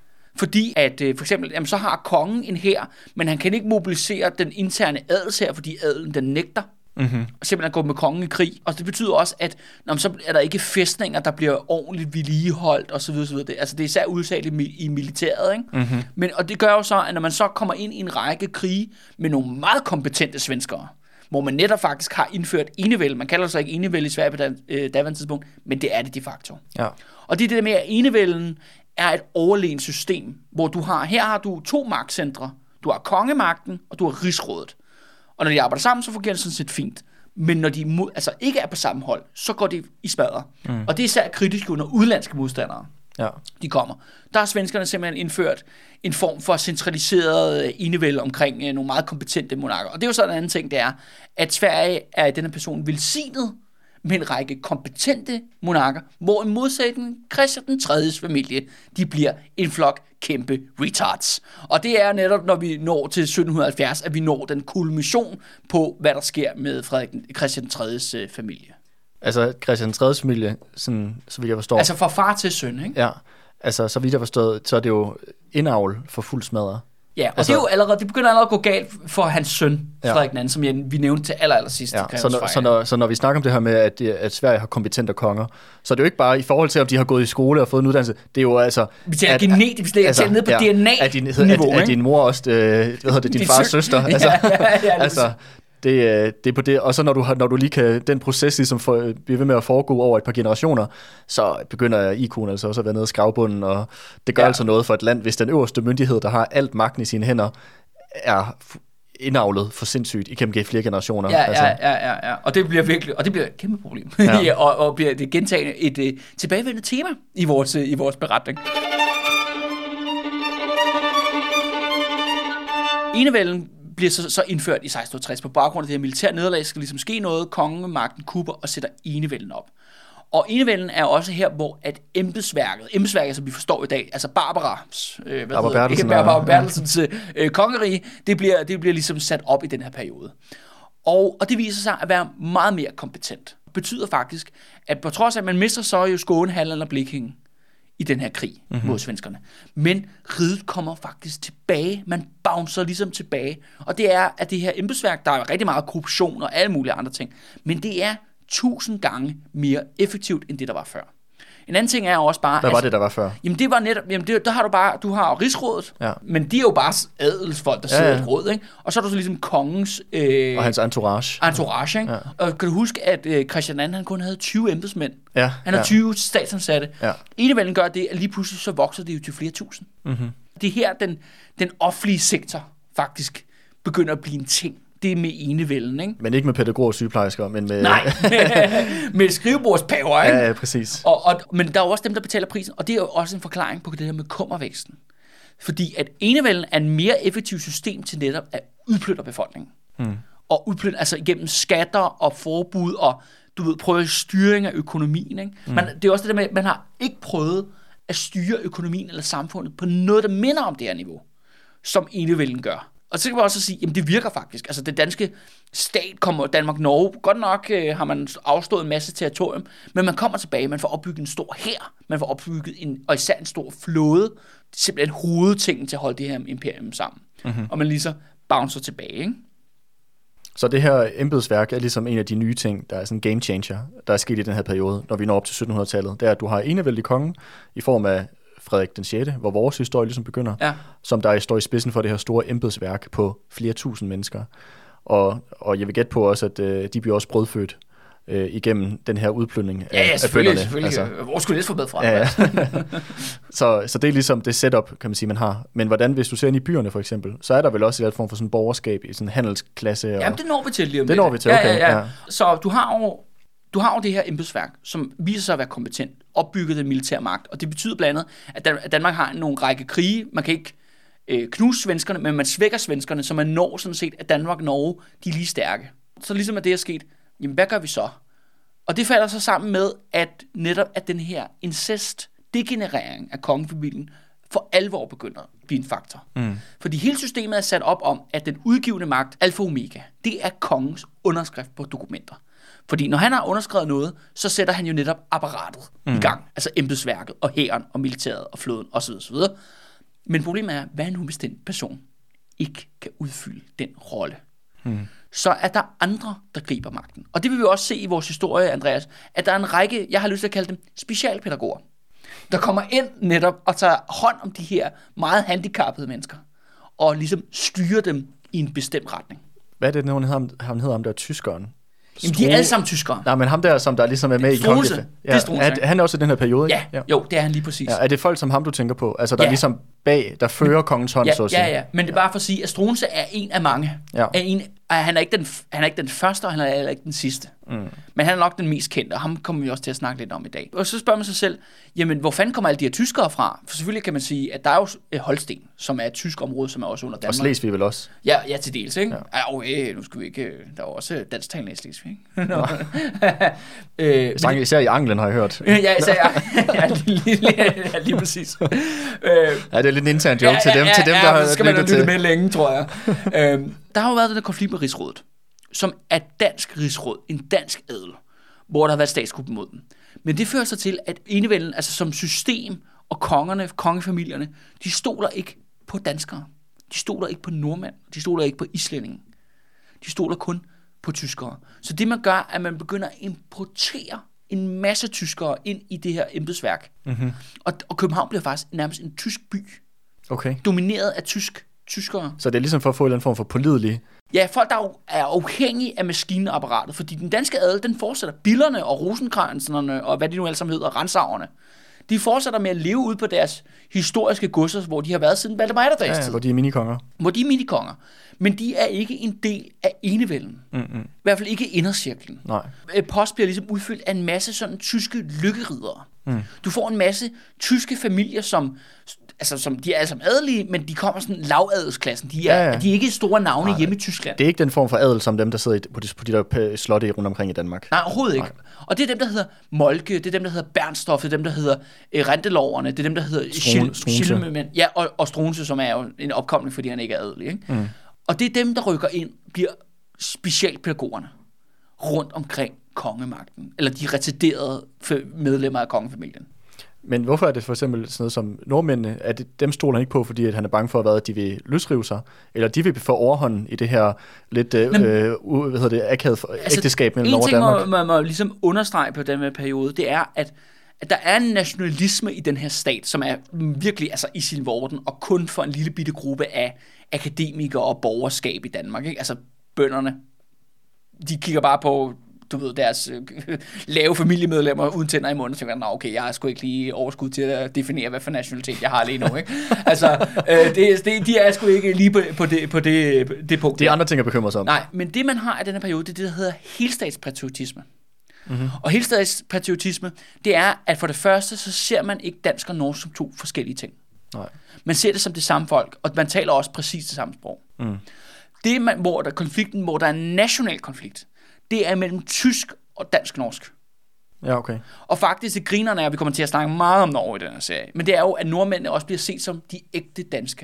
Fordi at øh, for eksempel, jamen, så har kongen en hær, men han kan ikke mobilisere den interne adelshær, fordi adelen den nægter. Mm-hmm. Og simpelthen gå med kongen i krig. Og det betyder også, at når, så er der ikke fæstninger, der bliver ordentligt vedligeholdt osv. osv. Det, altså det er især udsatt i, i militæret. Ikke? Mm-hmm. Men, og det gør jo så, at når man så kommer ind i en række krige med nogle meget kompetente svenskere, hvor man netop faktisk har indført enevælde. Man kalder det så ikke enevælde i Sverige på daværende tidspunkt, men det er det de facto. Ja. Og det er det der med, at enevælden er et overlegent system, hvor du har, her har du to magtcentre. Du har kongemagten, og du har rigsrådet. Og når de arbejder sammen, så fungerer det sådan set fint. Men når de mod, altså ikke er på samme hold, så går det i smadre. Mm. Og det er især kritisk, når udlandske modstandere ja. de kommer. Der har svenskerne simpelthen indført en form for centraliseret enevælde omkring øh, nogle meget kompetente monarker. Og det er jo så en anden ting, det er, at Sverige er i denne person velsignet med en række kompetente monarker, hvor i modsætning Christian den tredjes familie, de bliver en flok kæmpe retards. Og det er netop, når vi når til sytten halvfjerds, at vi når den kulmination på, hvad der sker med Frederik, Christian den tredjes øh, familie. Altså Christian den tredjes familie, sådan, så vidt jeg forstår. Altså fra far til søn, ikke? Ja, altså så vidt jeg forstår, så er det jo indavl for fuld smadre. Ja, og altså, det er jo allerede, det begynder allerede at gå galt for hans søn, Frederik den anden, som jeg, vi nævnte til aller, aller sidst. Ja, så, når, så, når, så når vi snakker om det her med, at, at Sverige har kompetente konger, så er det jo ikke bare i forhold til, om de har gået i skole og fået en uddannelse, det er jo altså... Vi tager genetisk, vi tager ned på ja, D N A-niveau, at, at din mor også, øh, hvad hedder det, din, din fars sø- søster, altså... Ja, ja, ja, altså Det, det er på det, og så når du, har, når du lige kan, den proces ligesom for, bliver ved med at foregå over et par generationer, så begynder I Q'en altså også at være nede i skravbunden, og det gør ja. altså noget for et land, hvis den øverste myndighed, der har alt magten i sine hænder, er indavlet for sindssygt igennem flere generationer. Ja, altså. ja, ja, ja, ja, og det bliver virkelig, og det bliver et kæmpe problem, ja. og, og bliver det gentagende et uh, tilbagevendende tema i vores, uh, i vores beretning. Enevælden bliver så, så indført i seksten tres på baggrund af det her militære nederlag, skal ligesom ske noget, kongemagten kupper og sætter enevælden op. Og enevælden er også her, hvor at embedsværket, embedsværket, som vi forstår i dag, altså Barbaras, øh, hvad Barbara Bertelsen, Barbara Bertelsens øh, kongerige, det bliver, det bliver ligesom sat op i den her periode. Og, og det viser sig at være meget mere kompetent. Det betyder faktisk, at på trods af, at man mister så jo Skåne, Halland og Blekinge i den her krig mm-hmm. mod svenskerne. Men riget kommer faktisk tilbage. Man bouncer ligesom tilbage. Og det er, at det her embedsværk, der er rigtig meget korruption og alle mulige andre ting, men det er tusind gange mere effektivt, end det, der var før. En anden ting er også bare... Hvad var altså, det, der var før? Jamen, det var netop... Jamen, det, der har du bare... Du har rigsrådet, ja. Men de er jo bare adelsfolk, der sidder ja, ja. i et råd, ikke? Og så er du så ligesom kongens... Øh, og hans entourage. Entourage, ikke? Ja. Og kan du huske, at øh, Christian anden, han kun havde tyve embedsmænd? Ja. Han havde ja. tyve statsansatte. Ja. Enevælden gør det, at lige pludselig så vokser det jo til flere tusind. Mm-hmm. Det er her, den, den offentlige sektor faktisk begynder at blive en ting. Det er med enevælden, ikke? Men ikke med pædagoger og sygeplejersker, men med... Nej, med skrivebordspaver, ikke? Ja, ja, præcis. Og, og, men der er jo også dem, der betaler prisen, og det er jo også en forklaring på det her med kummervæksten. Fordi at enevælden er en mere effektivt system til netop at udplyndre befolkningen. Hmm. Og udplyndre, altså igennem skatter og forbud, og du ved, prøve styring af økonomien, ikke? Hmm. Man, det er også det der med, at man har ikke prøvet at styre økonomien eller samfundet på noget, der minder om det her niveau, som enevælden gør. Og så kan man også sige, jamen det virker faktisk. Altså det danske stat kommer, Danmark-Norge, godt nok øh, har man afstået en masse territorium, men man kommer tilbage, man får opbygget en stor hær, man får opbygget en, og især en stor flåde, simpelthen hovedtingen til at holde det her imperium sammen. Mm-hmm. Og man lige så bouncer tilbage, ikke? Så det her embedsværk er ligesom en af de nye ting, der er sådan en game changer, der er sket i den her periode, når vi når op til syttenhundredetallet. Det er, at du har enevældig konge i form af Frederik den sjette, hvor vores historie ligesom begynder, ja. Som der står i spidsen for det her store embedsværk på flere tusind mennesker. Og, og jeg vil gætte på også, at øh, de bliver også brødfødt øh, igennem den her udplyndring ja, ja, af, af bønderne. selvfølgelig. Altså, hvor skulle det få med fra? Ja, ja. så, så det er ligesom det setup, kan man sige, man har. Men hvordan, hvis du ser ind i byerne for eksempel, så er der vel også et form for sådan borgerskab i sådan en handelsklasse. Og... Jamen, det når vi til lige om det. Det når vi til, okay. Ja, ja, ja. Så du har jo Du har jo det her embedsværk, som viser sig at være kompetent, opbygget den militære magt, og det betyder blandt andet, at, Dan- at Danmark har nogle række krige. Man kan ikke øh, knuse svenskerne, men man svækker svenskerne, så man når sådan set, at Danmark og Norge, de er lige stærke. Så ligesom at det er sket, jamen hvad gør vi så? Og det falder så sammen med, at netop at den her incest, degenerering af kongefamilien, for alvor begynder at blive en faktor. Mm. Fordi hele systemet er sat op om, at den udgivende magt, alfa og omega, det er kongens underskrift på dokumenter. Fordi når han har underskrevet noget, så sætter han jo netop apparatet mm. i gang. Altså embedsværket og hæren og militæret og flåden osv. osv. Men problemet er, hvad nu hvis den person ikke kan udfylde den rolle? Mm. Så er der andre, der griber magten. Og det vil vi også se i vores historie, Andreas, at der er en række, jeg har lyst til at kalde dem specialpædagoger, der kommer ind netop og tager hånd om de her meget handicappede mennesker, og ligesom styrer dem i en bestemt retning. Hvad er det, han hedder, han hedder ham der tyskeren? Jamen, de er alle sammen tyskere. Nej, men ham der, som der ligesom er med Strunse. i kongefe. Ja, det er, er han er også i den her periode, ikke? Ja, ja, jo, det er han lige præcis. Ja, er det folk som ham, du tænker på? Altså, der ja. er ligesom bag, der fører kongens hånd, ja, så at sige. Ja, ja, men det er bare for at sige, at Struensee er en af mange. Ja. Er en, han, er ikke den, han er ikke den første, og han er heller ikke den sidste. Mm. Men han er nok den mest kendte, og ham kommer vi også til at snakke lidt om i dag. Og så spørger man sig selv, jamen, hvor fanden kommer alle de her tyskere fra? For selvfølgelig kan man sige, at der er jo Holsten, som er et tysk område, som er også under Danmark. Og Slesvig vel også? Ja, ja, til dels, ikke? Ja. Ja, okay, nu skal vi ikke... Der er også dansktalende i Slesvig, ikke? øh, Sang, især i Anglen, har jeg hørt. ja, især ja, lige, lige, ja, lige præcis. øh, ja, det er lidt en intern joke ja, til dem, ja, til dem ja, der har skal man have lyttet med længe, tror jeg. øh, der har jo været den der konflikt med Rigsrådet, som er dansk rigsråd, en dansk adel, hvor der har været statskup mod dem. Men det fører sig til, at enevælden, altså som system, og kongerne, kongefamilierne, de stoler ikke på danskere. De stoler ikke på nordmænd. De stoler ikke på islændinge. De stoler kun på tyskere. Så det man gør, er, at man begynder at importere en masse tyskere ind i det her embedsværk. Mm-hmm. Og, og København bliver faktisk nærmest en tysk by. Okay. Domineret af tysk, tyskere. Så det er ligesom for at få en eller anden form for pålidelig... Ja, folk der er afhængige af maskineapparatet, fordi den danske adel, den fortsætter. Billerne og rosenkranserne og hvad de nu alle sammen hedder, rensaverne, de fortsætter med at leve ud på deres historiske godser, hvor de har været siden Valdemar Atterdags tid. Ja, hvor de er minikonger. Hvor de er minikonger. Men de er ikke en del af enevælden. Mm-hmm. I hvert fald ikke indercirklen. Nej. Post bliver ligesom udfyldt af en masse sådan tyske lykkeridere. Mm. Du får en masse tyske familier, som, altså, som de er alle sammen adelige, men de kommer sådan lavadelsklassen. De er, ja, ja. De er ikke store navne Nej, hjemme i Tyskland. Det er ikke den form for adel, som dem, der sidder på de, på de der slotte rundt omkring i Danmark. Nej, overhovedet ikke. Nej. Og det er dem, der hedder Molke, det er dem, der hedder Bernstorff, det er dem, der hedder eh, Renteloverne, det er dem, der hedder Schillemænd. Ja, og, og Struensee, som er jo en opkomling, fordi han ikke er adelig. Ikke? Mm. Og det er dem, der rykker ind, bliver specialpædagogerne rundt omkring kongemagten, eller de retiderede medlemmer af kongefamilien. Men hvorfor er det for eksempel sådan noget som nordmændene, at det, dem stoler han ikke på, fordi at han er bange for, hvad de vil løsrive sig, eller de vil få overhånden i det her lidt øh, Jamen, øh, hvad hedder det, akavet altså, ægteskab mellem Norge og Danmark? En ting, man må, må ligesom understrege på den her periode, det er, at, at der er en nationalisme i den her stat, som er virkelig altså, i sin vorden, og kun for en lille bitte gruppe af akademikere og borgerskab i Danmark. Ikke? Altså bønderne, de kigger bare på du ved, deres øh, lave familiemedlemmer uden tænder i munden, og tænker, okay, jeg har sgu ikke lige overskud til at definere, hvad for nationalitet jeg har lige nu, ikke? Altså, øh, det, det, de er sgu ikke lige på, på, det, på det, det punkt. Det er andre ting, jeg bekymrer sig om. Nej, men det, man har i denne periode, det er det, der hedder helstatspatriotisme. Mm-hmm. Og helstatspatriotisme, det er, at for det første, så ser man ikke dansk og norsk som to forskellige ting. Nej. Man ser det som det samme folk, og man taler også præcis det samme sprog. Mm. Det, man, hvor der er konflikten, hvor der er en national konflikt, det er mellem tysk og dansk-norsk. Ja, okay. Og faktisk, det grinerne er, at vi kommer til at snakke meget om Norge i den her serie, men det er jo, at nordmændene også bliver set som de ægte danske.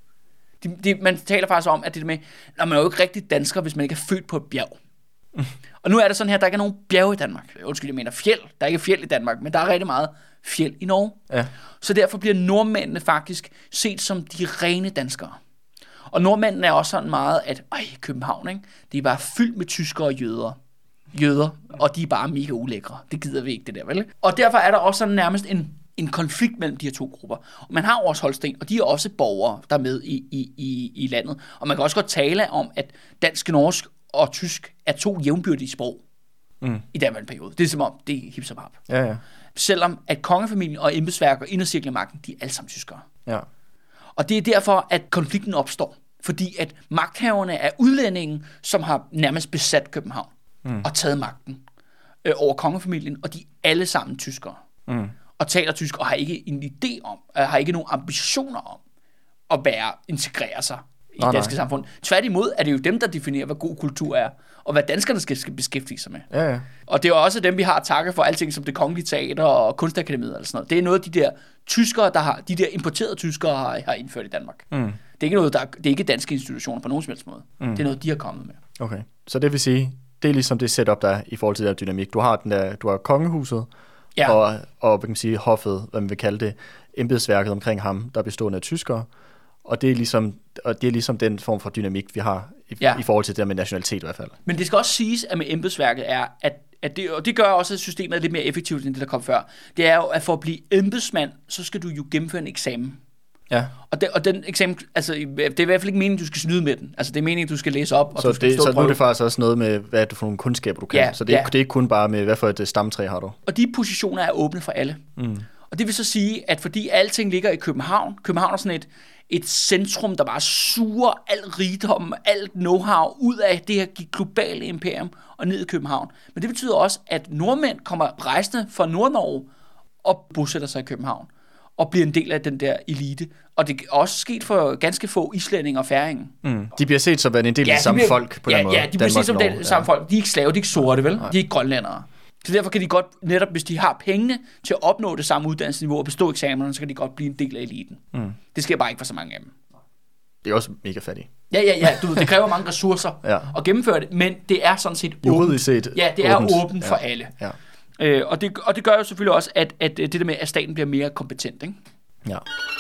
De, de, man taler faktisk om, at det med, at man er jo ikke rigtig dansker, hvis man ikke er født på et bjerg. Mm. Og nu er det sådan her, at der ikke er nogen bjerg i Danmark. Undskyld, jeg mener fjeld. Der er ikke fjeld i Danmark, men der er rigtig meget fjeld i Norge. Ja. Så derfor bliver nordmændene faktisk set som de rene danskere. Og nordmændene er også sådan meget, at øj, København, ikke? Det er bare fyldt med tyskere og jøder. Jøder, og de er bare mega ulækre. Det gider vi ikke, det der, vel? Og derfor er der også sådan nærmest en, en konflikt mellem de her to grupper. Og man har også Holsten, og de er også borgere, der er med i, i, i, i landet. Og man kan også godt tale om, at dansk, norsk og tysk er to jævnbyrdige sprog mm. i den periode. Det er som om, det er hip som hap. Ja, ja. Selvom at kongefamilien og embedsværk og indercirkelmagten, de er alle sammen tyskere. Ja. Og det er derfor, at konflikten opstår. Fordi at magthaverne er udlændingen, som har nærmest besat København mm. og taget magten øh, over kongefamilien, og de er alle sammen tyskere. Mm. Og taler tysk, og har ikke en idé om, øh, har ikke nogen ambitioner om at være, integrere sig i det danske samfund. Tværtimod er det jo dem, der definerer, hvad god kultur er, og hvad danskerne skal, skal beskæftige sig med. Ja, ja. Og det er også dem, vi har at takke for alting som det kongelige teater og kunstakademiet og sådan noget. Det er noget af de der tyskere, der har, de der importerede tyskere har, har indført i Danmark. Mm. Det er ikke noget, der, det er ikke danske institutioner på nogen som helst måde. Mm. Det er noget, de har kommet med. Okay, så det vil sige, det er ligesom det setup, der er i forhold til den dynamik. Du har den der, du har kongehuset, ja. og, og hvad kan man sige, hoffet, hvad man vil kalde det, embedsværket omkring ham, der er bestående af tyskere. Og det er ligesom, og det er ligesom den form for dynamik, vi har i, ja. i forhold til det der med nationalitet i hvert fald. Men det skal også siges, at med embedsværket er, at, at det, og det gør også, at systemet er lidt mere effektivt, end det, der kom før. Det er jo, at for at blive embedsmand, så skal du jo gennemføre en eksamen. Ja. Og, den, og den eksamen, altså, det er i hvert fald ikke meningen, du skal snyde med den. Altså, det er meningen, du skal læse op, og så du skal det, stå Så nu er det faktisk også noget med, hvad du for nogle kundskaber, du kan. Ja, så det er, ja. det er ikke kun bare med, hvad for et stamtræ har du. Og de positioner er åbne for alle. Mm. Og det vil så sige, at fordi alting ligger i København, København er sådan et, et centrum, der bare suger al rigdom, alt know-how ud af det her globale imperium og ned i København. Men det betyder også, at nordmænd kommer rejsende fra Nord-Norge og bosætter sig i København og bliver en del af den der elite. Og det er også sket for ganske få islændinge og færinger. Mm. De bliver set som en del af ja, samme bliver, folk på ja, den måde. Ja, de bliver set som den ja. samme folk. De er ikke slave, de er ikke sorte, vel? Nej. De er ikke grønlændere. Så derfor kan de godt, netop hvis de har pengene til at opnå det samme uddannelsesniveau og bestå eksamenerne, så kan de godt blive en del af eliten. Mm. Det sker bare ikke for så mange af dem. Det er også mega fattigt. Ja, ja, ja. Du ved, det kræver mange ressourcer ja. at gennemføre det, men det er sådan set åbent. Juridisk set ja, det er åbent, åbent for ja. alle. Ja. Øh, og, det, og det gør jo selvfølgelig også, at, at det der med, at staten bliver mere kompetent, ikke? Ja.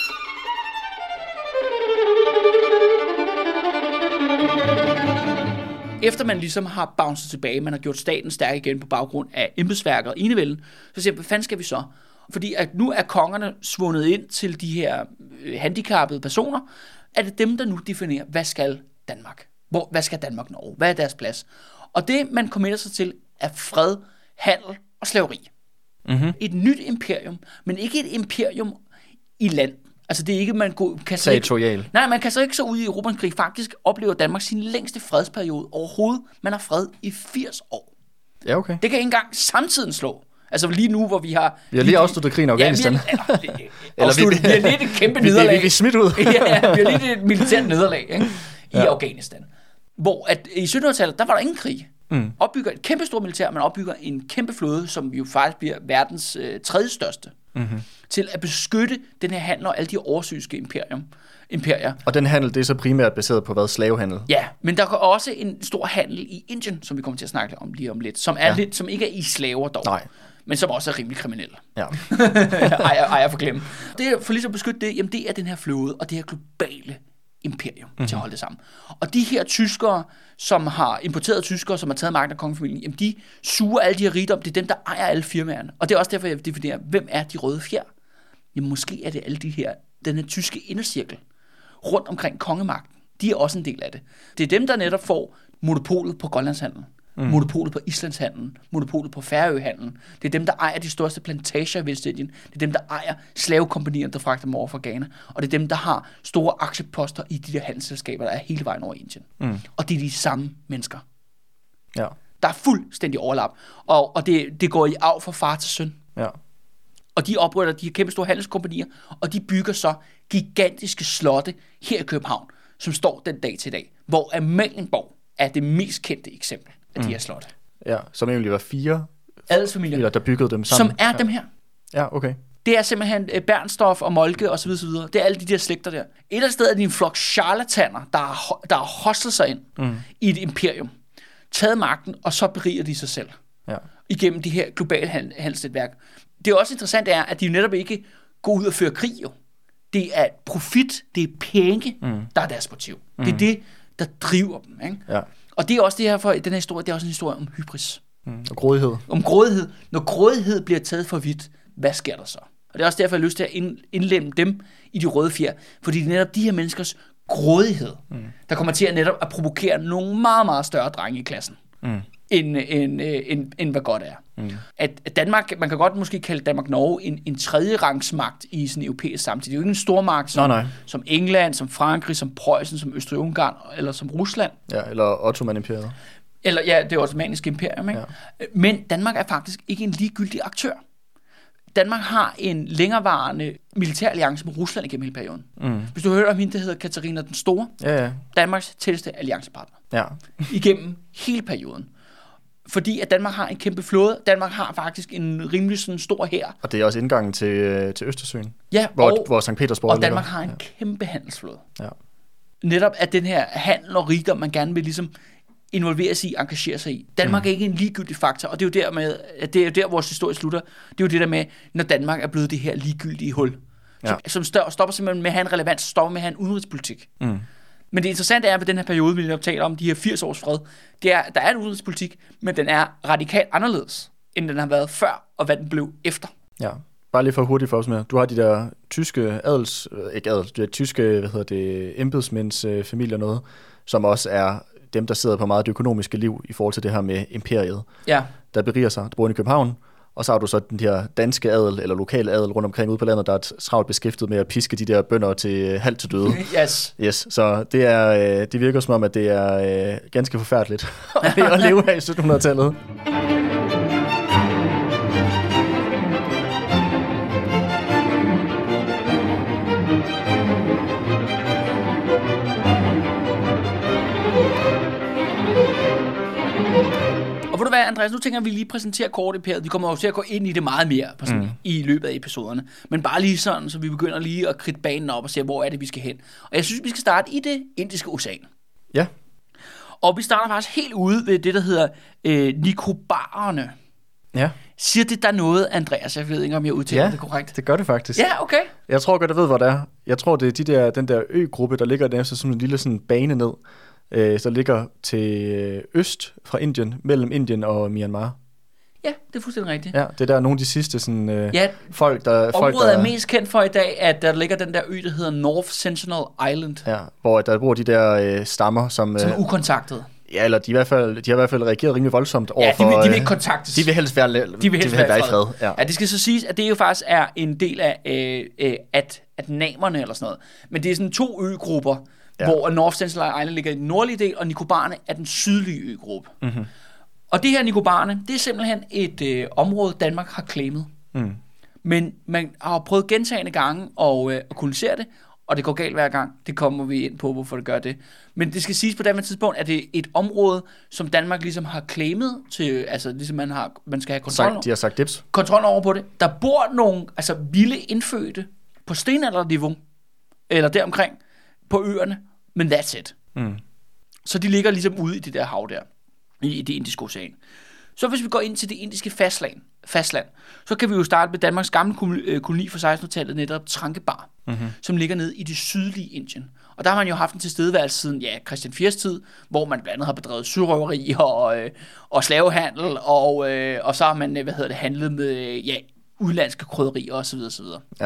Efter man ligesom har bounced tilbage, man har gjort staten stærk igen på baggrund af embedsværket og enevælden, så siger jeg, hvad fanden skal vi så? Fordi at nu er kongerne svundet ind til de her handicappede personer, er det dem, der nu definerer, hvad skal Danmark? Hvor, hvad skal Danmark nå? Hvad er deres plads? Og det, man committer sig til, er fred, handel og slaveri. Mm-hmm. Et nyt imperium, men ikke et imperium i land. Altså det er ikke, man kan så ikke, nej, man kan så ikke så ud i Europas krig. Faktisk oplever Danmark sin længste fredsperiode overhovedet. Man har fred i firs år. Ja, okay. Det kan ikke engang samtiden slå. Altså lige nu, hvor vi har... Vi har lige afsluttet krigen i Afghanistan. Ja, vi har, eller, eller vi, vi, vi har lidt et kæmpe nederlag. Vi, vi, vi er smidt ud. Ja, vi har lidt et militært nederlag, ikke? I ja. Afghanistan. Hvor at, i syttenhundredetallet, der var der ingen krig. Mm. Opbygger et kæmpe stort militær, man opbygger en kæmpe flåde, som jo faktisk bliver verdens øh, tredje største, mm-hmm. til at beskytte den her handel og alle de oversøiske imperium, imperier. Og den handel, det er så primært baseret på hvad? Slavehandel? Ja, men der er også en stor handel i Indien, som vi kommer til at snakke om lige om lidt, som, er ja. lidt, som ikke er i slaver dog. Nej. Men som også er rimelig kriminelle. Ja. Ejer, ejer for glemme. Det er for ligesom at beskytte det, jamen det er den her flåde, og det her globale imperium mm-hmm. til at holde det sammen. Og de her tyskere, som har importeret tyskere, som har taget magten af kongefamilien, jamen de suger alle de her rigdom. Det er dem, der ejer alle firmaerne. Og det er også derfor, jeg definerer, hvem er de røde fjer? Jamen måske er det alle de her, den her tyske indercirkel rundt omkring kongemagten. De er også en del af det. Det er dem, der netop får monopolet på Grønlandshandlen. Mm. Monopolet på Islandshandlen, monopolet på Færøhandlen. Det er dem, der ejer de største plantager i Vestindien. Det er dem, der ejer slavekompanierne, der fragter dem over fra Ghana. Og det er dem, der har store aktieposter i de der handelsselskaber, der er hele vejen over Indien. Mm. Og det er de samme mennesker. Ja. Der er fuldstændig overlap. Og, og det, det går i arv fra far til søn. Ja. Og de opretter de her kæmpe store handelskompanier, og de bygger så gigantiske slotte her i København, som står den dag til dag. Hvor Amalienborg er det mest kendte eksempel af mm. de her slotte. Ja, som egentlig var fire adelsfamilier, der byggede dem sammen. Som er ja. dem her. Ja, okay. Det er simpelthen Bernstorff og Moltke og så videre, så videre. Det er alle de der slægter der. Et eller andet sted er det en flok charlataner, der har, der har hostlet sig ind mm. i et imperium, taget magten, og så beriger de sig selv. Ja. Igennem de her globale handelsnetværk. Det er også interessant er, at de jo netop ikke går ud og fører krig jo. Det er profit, det er penge, mm. der er deres motiv. Mm. Det er det, der driver dem. Ikke? Ja. Og det er også det her for den her historie, det er også en historie om hybris. Mm. Og grådighed. Om grådighed. Når grådighed bliver taget for vidt, hvad sker der så? Og det er også derfor, jeg har lyst til at indlemme dem i de røde fjer. Fordi det er netop de her menneskers grådighed, mm. der kommer til at netop at provokere nogle meget, meget større drenge i klassen. Mm. End, end, end, end hvad godt er. Mm. At Danmark, man kan godt måske kalde Danmark-Norge en, en tredje rangsmagt i sådan en europæisk samtid. Det er jo ikke en stormagt som, nej, nej. som England, som Frankrig, som Preussen, som Østrig-Ungarn eller som Rusland. Ja, eller Ottoman-imperiet. Eller ja, det osmanniske imperium. Ikke? Ja. Men Danmark er faktisk ikke en ligegyldig aktør. Danmark har en længerevarende militær alliance med Rusland igennem hele perioden. Mm. Hvis du hører om hende, der hedder Katarina den Store, ja, ja. Danmarks tætteste alliancepartner. Ja. Igennem hele perioden. Fordi at Danmark har en kæmpe flåde. Danmark har faktisk en rimelig sådan stor hær. Og det er også indgangen til, til Østersøen. Ja, hvor, og, hvor Sankt Petersborg og Danmark ligger. har en ja. kæmpe handelsflåde. Ja. Netop at den her handel og rigdom, man gerne vil ligesom involvere sig i, engagere sig i. Danmark mm. er ikke en ligegyldig faktor, og det er jo der med, at det er jo der, vores historie slutter. Det er jo det der med, når Danmark er blevet det her ligegyldige hul, ja. som, som stopper simpelthen med at have en relevans, stopper med at have en udenrigspolitik. Mm. Men det interessante er, at den her periode, vi lige taler om, de her firs års fred, det er, der er en udenrigspolitik, men den er radikalt anderledes, end den har været før, og hvad den blev efter. Ja, bare lige for hurtigt for os med. Du har de der tyske adels, ikke adels, de der tyske, hvad hedder det, embedsmænds øh, familier noget, som også er dem, der sidder på meget det økonomiske liv i forhold til det her med imperiet, ja. Der beriger sig, der bor i København, og så har du så den her danske adel, eller lokale adel rundt omkring ude på landet, der er travlt beskæftiget med at piske de der bønder til halvt til døde. Yes. Yes. Så det, er, det virker som om, at det er ganske forfærdeligt at leve her i syttenhundredetallet. Hvad, Andreas, nu tænker vi lige præsentere kort imperiet. Vi kommer jo til at gå ind i det meget mere på sådan, mm. i løbet af episoderne. Men bare lige sådan, så vi begynder lige at kridte banen op og se, hvor er det, vi skal hen. Og jeg synes, vi skal starte i det Indiske Ocean. Ja. Og vi starter faktisk helt ude ved det, der hedder øh, Nikobarerne. Ja. Siger det der noget, Andreas? Jeg ved ikke, om jeg udtaler ja, det korrekt. Det gør det faktisk. Ja, okay. Jeg tror godt, jeg ved, hvor det er. Jeg tror, det er de der, den der ø-gruppe, der ligger der som en lille sådan bane ned. Der ligger til øst fra Indien, mellem Indien og Myanmar. Ja, det er fuldstændig rigtigt. Ja, det er der nogle af de sidste sådan, øh, ja, folk, der... Området folk, der er mest kendt for i dag, at der ligger den der ø, der hedder North Sentinel Island. Ja, hvor der bor de der øh, stammer, som... Som er ukontaktede. Ja, eller de, i hvert fald, de har i hvert fald reageret rimelig voldsomt overfor... Ja, de vil, de vil ikke kontaktes. De vil helst være, de vil helst de vil være i fred. Ja. ja, det skal så siges, at det jo faktisk er en del af øh, øh, at, at namerne eller sådan noget. Men det er sådan to øgrupper, ja. Hvor North Sentinel Island ligger i den nordlige del, og Nikobarerne er den sydlige øgruppe. Mm-hmm. Og det her Nicobarerne, det er simpelthen et øh, område, Danmark har claimet. Mm. Men man har prøvet gentagende gange at, øh, at kolonisere det, og det går galt hver gang. Det kommer vi ind på, hvorfor det gør det. Men det skal siges på det tidspunkt, at det er et område, som Danmark ligesom har claimet til, altså ligesom man, har, man skal have kontrol over. De har sagt dips. Kontrol over på det. Der bor nogle altså vilde indfødte på stenalderniveau, eller deromkring, på øerne, men that's it. Mm. Så de ligger ligesom ude i det der hav der, i det indiske ocean. Så hvis vi går ind til det indiske fastland, fastland så kan vi jo starte med Danmarks gamle koloni fra sekstenhundredetallet, netop Trankebar, mm-hmm. som ligger nede i det sydlige Indien. Og der har man jo haft en tilstedeværelse siden ja, Christian den fjerdes tid, hvor man blandt andet har bedrevet sørøveri og, øh, og slavehandel, og, øh, og så har man hvad hedder det, handlet med ja, udlandske krydderier osv. osv. Ja.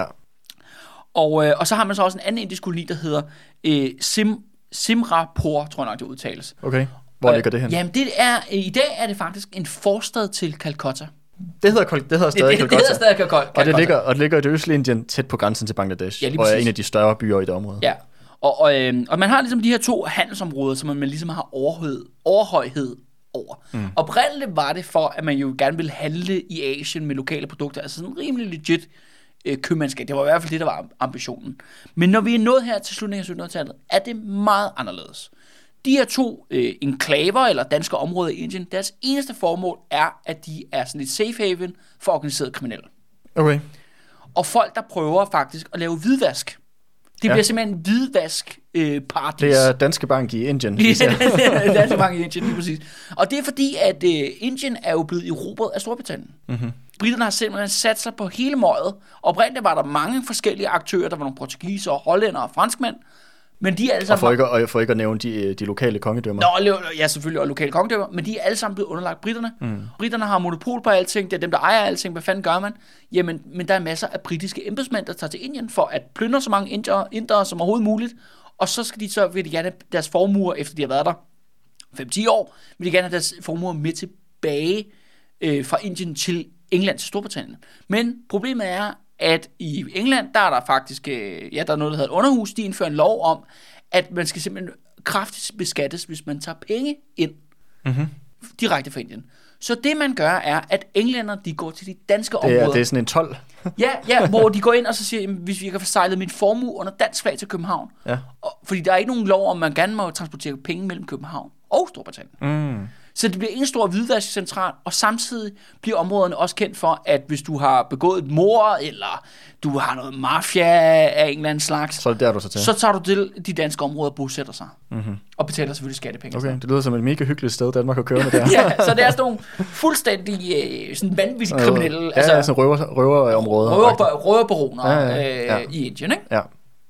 Og, øh, og så har man så også en anden indisk koloni, der hedder øh, Sim, Simrapur, tror jeg nok, det udtales. Okay. Hvor ligger det hen? Jamen, det er, i dag er det faktisk en forstad til Calcutta. Det hedder, det hedder stadig det, Calcutta. Det hedder stadig Calcutta. Og det ligger, og det ligger i det østlige Indien, tæt på grænsen til Bangladesh, ja, og er en af de større byer i det område. Ja, og, og, øh, og man har ligesom de her to handelsområder, som man ligesom har overhøjhed, overhøjhed over. Mm. Oprindeligt var det for, at man jo gerne ville handle i Asien med lokale produkter, altså sådan rimelig legit øh, købmandskab. Det var i hvert fald det, der var ambitionen. Men når vi er nået her til slutningen af syttenhundredetallet, er det meget anderledes. De her to øh, enklaver eller danske områder i Indien, deres eneste formål er, at de er sådan et safe haven for organiseret kriminelle. Okay. Og folk, der prøver faktisk at lave hvidvask. Det ja. bliver simpelthen hvidvask øh, paradis. Det er Danske Bank i Indien. Ja, Danske Bank i Indien, lige præcis. Og det er fordi, at øh, Indien er jo blevet erobret af Storbritannien. Mm-hmm. Briterne har simpelthen sat sig på hele møget. Oprindeligt var der mange forskellige aktører. Der var nogle portugiser, hollændere og franskmænd. Men de er alle sammen... Og for ikke, og for ikke at nævne de, de lokale kongedømmer. Nå, ja, selvfølgelig, og lokale kongedømmer, men de er alle sammen blevet underlagt briterne. Mm. Briterne har monopol på alting, det er dem, der ejer alting, hvad fanden gør man? Jamen, men der er masser af britiske embedsmænd, der tager til Indien for at plyndre så mange indere, indere som overhovedet muligt, og så skal de så, vil de gerne have deres formuer, efter de har været der fem til ti år, vil de gerne have deres formuer med tilbage øh, fra Indien til England, til Storbritannien. Men problemet er, at i England, der er der faktisk, øh, ja, der er noget, der hedder et underhus, de indfører en lov om, at man skal simpelthen kraftigt beskattes, hvis man tager penge ind, mm-hmm. direkte fra Indien. Så det man gør er, at englænder, de går til de danske områder. Det er, det er sådan en told. ja, ja, hvor de går ind og så siger, hvis vi kan få sejlet min formue under dansk flag til København. Ja. Og, fordi der er ikke nogen lov om, man gerne må transportere penge mellem København og Storbritannien. Mm. Så det bliver en stor hvidvaskcentral, og samtidig bliver områderne også kendt for, at hvis du har begået et mord, eller du har noget mafia af en eller anden slags, så, er det der, du så, til. så tager du til de danske områder og bosætter sig. Mm-hmm. Og betaler selvfølgelig skattepenge. Okay, det lyder som et mega hyggeligt sted, Danmark har kørende der. ja, så det er sådan nogle fuldstændig øh, sådan vanvittigt kriminelle... Ja, altså, sådan røver, røverområder. Røver, røverbaroner ja, ja, ja. Øh, i Indien, ikke? Ja.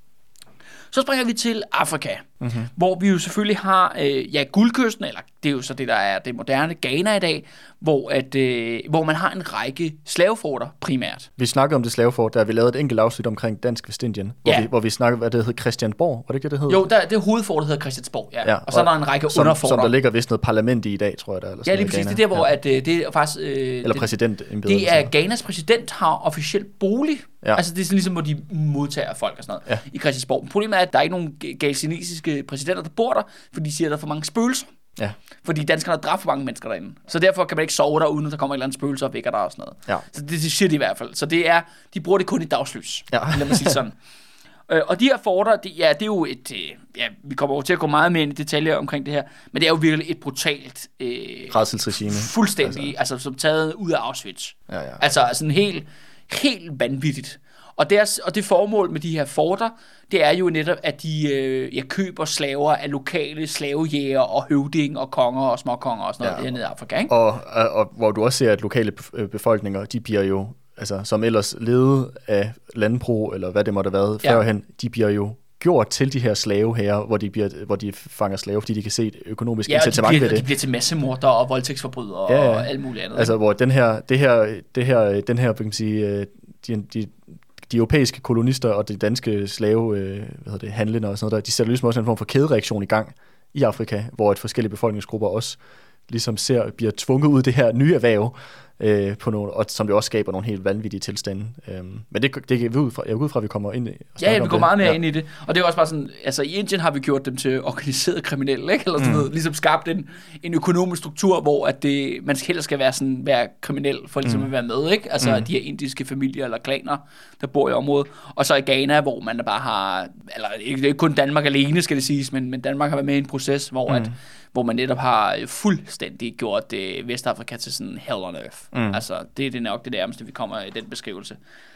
Så springer vi til Afrika, mm-hmm. hvor vi jo selvfølgelig har øh, ja, Guldkysten, eller det er jo så det, der er det moderne Ghana i dag, hvor, at, øh, hvor man har en række slaveforter primært. Vi snakkede om det slavefort, der vi lavede et enkelt afsnit omkring Dansk Vestindien, hvor, ja. vi, hvor vi snakkede, hvad det hed, Christiansborg, var det ikke det, det hed? Jo, der, det hovedfortet hedder Christiansborg, ja. ja og, og så er der en række som, underforter. Som der ligger vist noget parlament i i dag, tror jeg der. Eller ja, lige præcis, det er der, hvor ja. at, det er faktisk... Øh, eller det, præsident. Det er Ghanas præsident har officielt bolig. Ja. Altså det er sådan ligesom, hvor de modtager folk og sådan noget ja. i Christiansborg. Problemet er, at der er ikke nogen galsinesiske præsidenter, der bor der, fordi de siger, at der er for mange spøgelser. Ja. Fordi danskerne har dræbt for mange mennesker derinde. Så derfor kan man ikke sove der, uden at der kommer et eller andet spøgelse og vækker der og sådan noget. Ja. Så det, det siger de i hvert fald. Så det er, de bruger det kun i dagslys. Ja. Lad mig sige sådan. øh, og de her forter, det, ja, det er jo et... Øh, ja, vi kommer over til at gå meget mere ind i detaljer omkring det her, men det er jo virkelig et brutalt... Øh, rædselsregime. Fuldstændig, altså. altså som taget ud af Auschwitz. Ja, ja. Altså sådan helt, helt vanvittigt. Og, deres, og det formål med de her forter, det er jo netop, at de øh, ja, køber slaver af lokale slavejæger og høvding og konger og småkonger og sådan noget ja, dernede i Afrika, ikke? Og, og, og hvor du også ser, at lokale befolkninger, de bliver jo, altså som ellers ledet af landbrug, eller hvad det måtte have været ja. førhen, de bliver jo gjort til de her slaveherrer, hvor de, bliver, hvor de fanger slave, fordi de kan se et økonomisk ja, incitament de ved det. de bliver til massemorder og voldtægtsforbrydere ja, og alt muligt andet. Altså hvor den her, det her, det her, den her, hvad kan man sige, de, de de europæiske kolonister og de danske slave, øh, hvad hedder det, handlende og sådan noget der, de sætter ligesom også en form for kædereaktion i gang i Afrika, hvor et forskellige befolkningsgrupper også ligesom ser, bliver tvunget ud i det her nye erhverv, øh, på nogle, og som det også skaber nogle helt vanvittige tilstande. Øhm, men det, det er ud fra, jeg er ud fra, at vi kommer ind i. Ja, ja, vi går meget mere ja. ind i det. Og det er også bare sådan, altså i Indien har vi gjort dem til organiseret kriminelle, ikke? Eller sådan mm. noget, ligesom skabt en, en økonomisk struktur, hvor at det, man heller skal være, sådan, være kriminel for ligesom mm. at være med, ikke? Altså mm. de her indiske familier eller klaner, der bor i området. Og så i Ghana, hvor man bare har, eller det er ikke kun Danmark alene, skal det siges, men, men Danmark har været med i en proces, hvor, mm. at, hvor man netop har fuldstændig gjort det Vestafrika til sådan hell on earth. Mm. Altså det er det nok det nærmeste, vi kommer i den beskrivelse.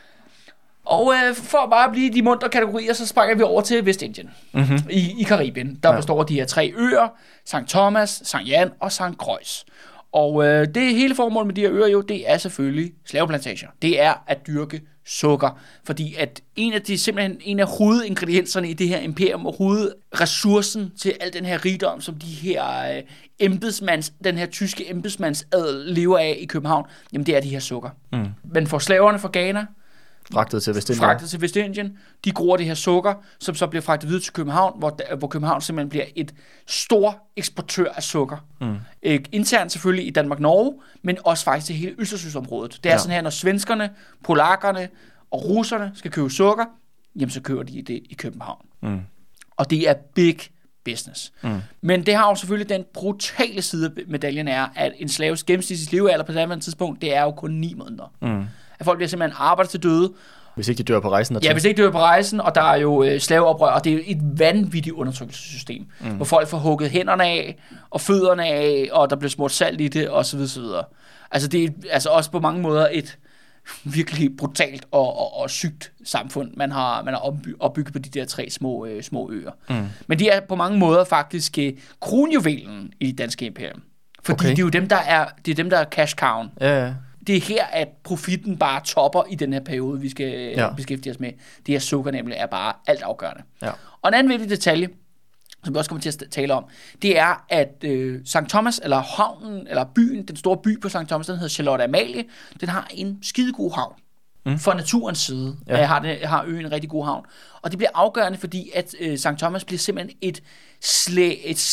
Og øh, for bare at blive de muntre kategorier, så springer vi over til Vestindien mm-hmm. i, i Karibien. Der ja. består af de her tre øer, Sankt Thomas, Sankt Jan og Sankt Croix. Og øh, det hele formål med de her øer jo, det er selvfølgelig slaveplantager. Det er at dyrke sukker, fordi at en af de simpelthen en af hovedingredienserne i det her imperium og hovedressourcen til al den her rigdom, som de her øh, embedsmands, den her tyske embedsmandsadel lever af i København, jamen det er de her sukker. Mm. Men for slaverne fra Ghana, fragtet til Vestindien. Fragtet til Vestindien. De gror det her sukker, som så bliver fragtet videre til København, hvor, hvor København simpelthen bliver et stor eksportør af sukker. Mm. Øh, internt selvfølgelig i Danmark-Norge, men også faktisk til hele Østersøområdet. Det er ja. sådan her, når svenskerne, polakkerne og russerne skal købe sukker, jamen så køber de det i København. Mm. Og det er big business. Mm. Men det har jo selvfølgelig den brutale side af medaljen er, at en slaves gennemsnitlige levealder på samme tidspunkt, det er jo kun ni måneder. Mm. At folk bliver simpelthen arbejdet til døde. Hvis ikke de dør på rejsen. Ja, hvis ikke de dør på rejsen, og der er jo øh, slaveoprør, og det er jo et vanvittigt undertrykkelsessystem, mm. hvor folk får hugget hænderne af, og fødderne af, og der bliver smurt salt i det, og så videre, så videre. Altså det er altså også på mange måder et virkelig brutalt og, og, og sygt samfund, man har, man har opbygget på de der tre små, øh, små øer. Mm. Men de er på mange måder faktisk øh, kronjuvelen i det danske imperium. Fordi okay. det er jo dem, der er, det er dem, der er cash cow. Ja, ja. Det er her, at profitten bare topper i den her periode, vi skal ja. beskæftige os med. Det her sukker nemlig er bare alt afgørende. Ja. Og en anden vigtig detalje, som vi også kommer til at tale om, det er, at øh, Sankt Thomas, eller havnen, eller byen, den store by på Sankt Thomas, den hedder Charlotte Amalie, den har en skidegod havn. Mm. For naturens side ja. har, det, har øen en rigtig god havn. Og det bliver afgørende, fordi at øh, Sankt Thomas bliver simpelthen et, sla- et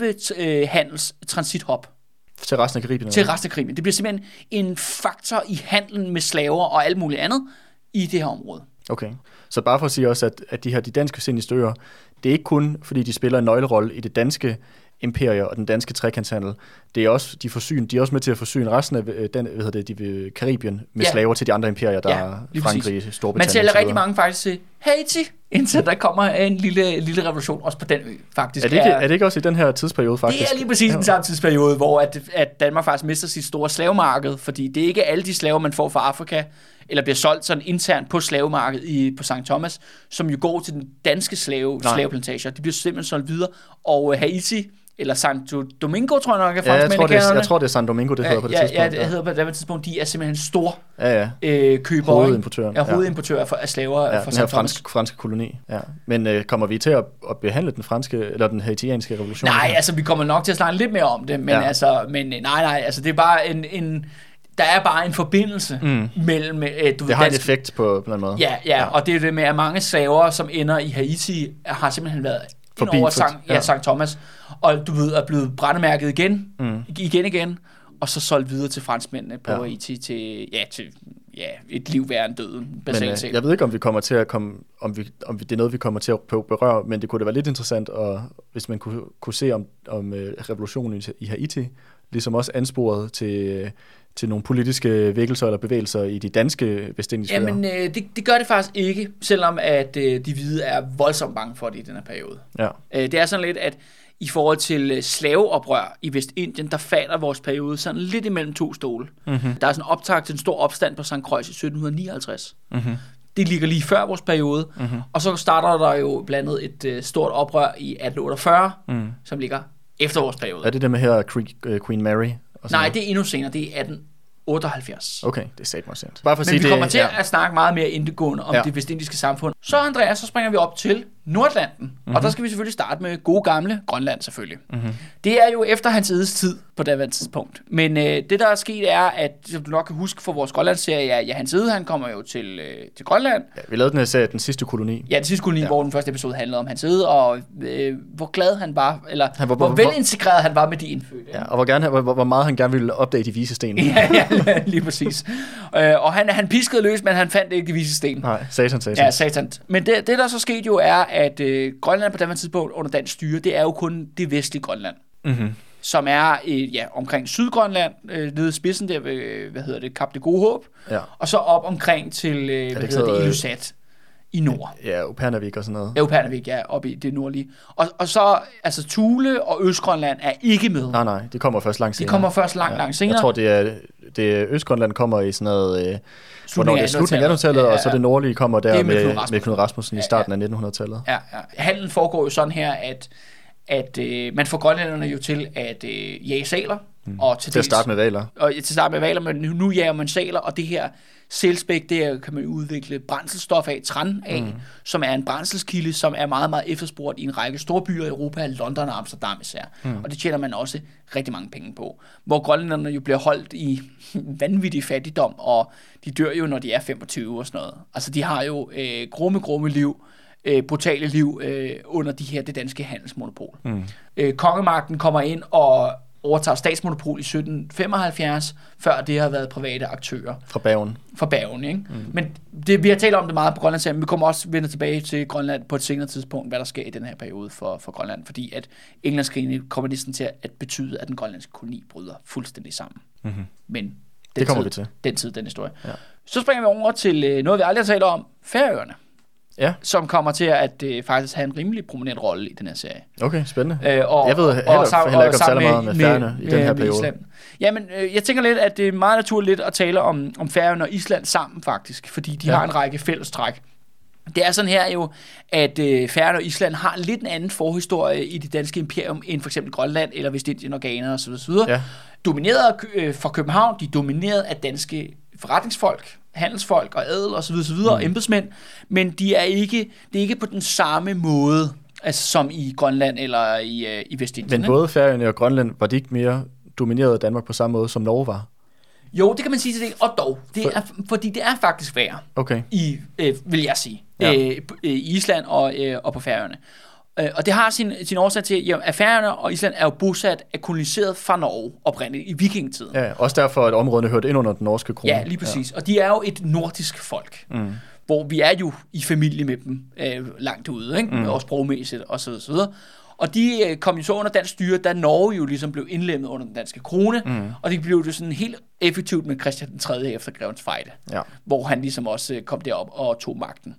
slavehandelstransithop. Til resten af Karibien? Til resten af Karibien. Det bliver simpelthen en faktor i handlen med slaver og alt muligt andet i det her område. Okay. Så bare for at sige også, at, at de her de danske vestindiske øer, det er ikke kun, fordi de spiller en nøglerolle i det danske imperier og den danske trekantshandel. Det er også, de, forsyne, de er også med til at forsyne resten af den, hvad hedder det, de Karibien med ja. slaver til de andre imperier, der er ja, Frankrig, Storbritannien. Man sælger rigtig mange faktisk til Haiti, indtil der kommer en lille, lille revolution også på den ø, faktisk. Er det, ikke, er det ikke også i den her tidsperiode, faktisk? Det er lige præcis ja. den samme tidsperiode, hvor at, at Danmark faktisk mister sit store slavemarked, fordi det er ikke alle de slaver, man får fra Afrika, eller bliver solgt sådan internt på slavemarkedet i, på Sankt Thomas, som jo går til den danske slave, slaveplantager. De bliver simpelthen solgt videre, og Haiti, eller Santo Domingo, tror jeg nok, er ja, jeg tror, det er, jeg tror, det er Santo Domingo, det hedder ja, på det ja, tidspunkt. Ja, det hedder på det tidspunkt. De er simpelthen store ja, ja. Øh, købere. Hovedimportører. Ja, hovedimportører ja. af slaver ja, for den her fransk, franske koloni. Ja. Men øh, kommer vi til at, at behandle den franske, eller den haitianske revolution? Nej, her? altså vi kommer nok til at snakke lidt mere om det, men ja. altså, men nej, nej, altså det er bare en... en der er bare en forbindelse mm. mellem... Øh, du det ved, har dansk... en effekt på, på en måde. Ja, ja, ja, og det er det med, at mange slaver, som ender i Haiti, har simpelthen været ind over Sankt ja. ja, Thomas, og du ved, er blevet brændemærket igen, mm. igen igen, og så solgt videre til franskmændene på ja. Haiti til, ja, til ja, et liv værre end døden, basalt set. Jeg ved ikke, om vi kommer til at komme, om, vi, om det er noget, vi kommer til at berøre, men det kunne da være lidt interessant, og, hvis man kunne, kunne se om, om revolutionen i Haiti, ligesom også ansporet til... til nogle politiske vækkelser eller bevægelser i de danske vestindiske øer? Jamen, øh, det, det gør det faktisk ikke, selvom at øh, de hvide er voldsomt bange for det i den her periode. Ja. Øh, det er sådan lidt, at i forhold til slaveoprør i Vestindien, der falder vores periode sådan lidt imellem to stole. Mm-hmm. Der er sådan en optakt til en stor opstand på Sankt Croix i sytten nioghalvtreds. Mm-hmm. Det ligger lige før vores periode, mm-hmm. og så starter der jo blandt andet et øh, stort oprør i atten otteogfyrre, mm. som ligger efter vores periode. Er det det med her Queen Mary? Nej, det er endnu senere. Det er atten otteoghalvfjerds. Okay, det er sat mig sent. Bare for at Men sige vi kommer det, til ja. at snakke meget mere indgående om ja. det vestindiske samfund. Så Andreas, så springer vi op til Nordatlanten, mm-hmm. og der skal vi selvfølgelig starte med gode gamle Grønland selvfølgelig. Mm-hmm. Det er jo efter hans edes tid på det tidspunkt. Men øh, det der er sket er, at som du nok kan huske fra vores Grønlandsserie, ja, ja Hans Ede, han kommer jo til, øh, til Grønland. Ja, vi lavede den her serie, Den sidste koloni. Ja, Den sidste koloni, ja. Hvor den første episode handlede om Hans Ede, og øh, hvor glad han var, eller han var, hvor, hvor velintegreret han var med de indfødte. Ja, og hvor, gerne, hvor, hvor meget han gerne ville opdage de vise sten. ja, ja, lige præcis. øh, og han, han piskede løs, men han fandt ikke de vise sten. Nej, satan, satan. Ja, satan. Men det, det der så skete jo er, at øh, Grønland på det tidspunkt under dansk styre, det er jo kun det vestlige Grønland. Mm-hmm. Som er øh, ja, omkring Sydgrønland, øh, nede i spidsen der ved, hvad hedder det, Kap det Gode Håb, ja. Og så op omkring til, øh, hvad hedder det, Ilulissat i nord. Ja, Upernavik og sådan noget. Ja, Upernavik, ja, oppe i det nordlige. Og, og så, altså Thule og Østgrønland er ikke med. Nej, nej, det kommer først langt senere. De kommer først langt, ja. langt senere. Jeg tror, det er, det er Østgrønland kommer i sådan noget, øh, hvornår det er slutningen af attenhundredetallet, ja, ja, ja. Og så det nordlige kommer der med, med, med Knud Rasmussen ja, i starten ja. af nittenhundredetallet. Ja, ja. Handlen foregår jo sådan her, at at øh, man får grønlænderne jo til at øh, jage saler. Mm. Og til, til at starte med valer. Og til at starte med valer, men nu, nu jager man saler, og det her sælspæk, det kan man udvikle brændselsstof af, tran af, mm. som er en brændselskilde, som er meget, meget efterspurgt i en række store byer i Europa, London og Amsterdam især. Mm. Og det tjener man også rigtig mange penge på. Hvor grønlænderne jo bliver holdt i vanvittig fattigdom, og de dør jo, når de er femogtyve og sådan noget. Altså, de har jo øh, grumme, grumme liv, Øh, brutale liv øh, under de her, det danske handelsmonopol. Mm. Øh, kongemagten kommer ind og overtager statsmonopol i sytten femoghalvfjerds, før det har været private aktører. Fra Bergen. Fra Bergen, ikke? Mm. Men det, vi har talt om det meget på Grønland, men vi kommer også vende tilbage til Grønland på et senere tidspunkt, hvad der sker i den her periode for, for Grønland, fordi at Englandskrigene kommer næsten til at betyde, at den grønlandske koloni bryder fuldstændig sammen. Mm-hmm. Men den det kommer tid, vi til. Den tid, den historie. Ja. Så springer vi over til øh, noget, vi aldrig har talt om, Færøerne. Ja. Som kommer til at øh, faktisk have en rimelig prominent rolle i den her serie. Okay, spændende. Øh, og, jeg ved heller, og sam, heller ikke om særlig meget med Færøerne i den her periode. Island. Jamen, øh, jeg tænker lidt, at det er meget naturligt at tale om, om Færøerne og Island sammen faktisk, fordi de ja. har en række fællestræk. Det er sådan her jo, at øh, Færøerne og Island har lidt en anden forhistorie i det danske imperium end for eksempel Grønland eller Vestindien og Ghana osv. Ja. Domineret øh, fra København, de er domineret af danske forretningsfolk, handelsfolk og adel og så videre, så videre, mm. og embedsmænd, men de er ikke, det er ikke på den samme måde, altså som i Grønland eller i, uh, i Vestindien. Men både Færøerne og Grønland, var de ikke mere domineret af Danmark på samme måde, som Norge var? Jo, det kan man sige til det, og dog. Det er, fordi det er faktisk værre, okay. i, øh, vil jeg sige, ja. øh, i Island og, øh, og på Færøerne. Og det har sin, sin årsag til, at Færøerne og Island er jo bosat, er koloniseret fra Norge oprindeligt i vikingetiden. Ja, også derfor, at områdene hørte ind under den norske krone. Ja, lige præcis. Ja. Og de er jo et nordisk folk, mm. hvor vi er jo i familie med dem øh, langt ude, ikke? Mm. Og sprogmæssigt og så videre. Og de øh, kom jo så under dansk styre, da Norge jo ligesom blev indlemmet under den danske krone, mm. og det blev jo sådan helt effektivt med Christian den tredje efter Grevens Fejde, ja. Hvor han ligesom også kom derop og tog magten.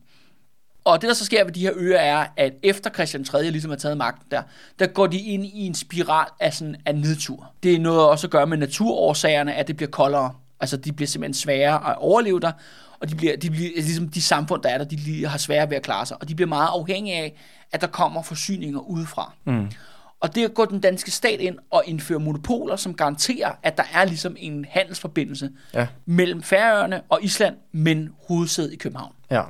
Og det, der så sker ved de her øer, er, at efter Christian den tredje ligesom har taget magten der, der går de ind i en spiral af, sådan, af nedtur. Det er noget også at gøre med naturårsagerne, at det bliver koldere. Altså, de bliver simpelthen sværere at overleve der, og de bliver, de bliver ligesom de samfund, der er der, de har sværere ved at klare sig. Og de bliver meget afhængige af, at der kommer forsyninger udefra. Mm. Og det går den danske stat ind og indfører monopoler, som garanterer, at der er ligesom en handelsforbindelse ja. mellem Færøerne og Island, men hovedsædet i København. Ja.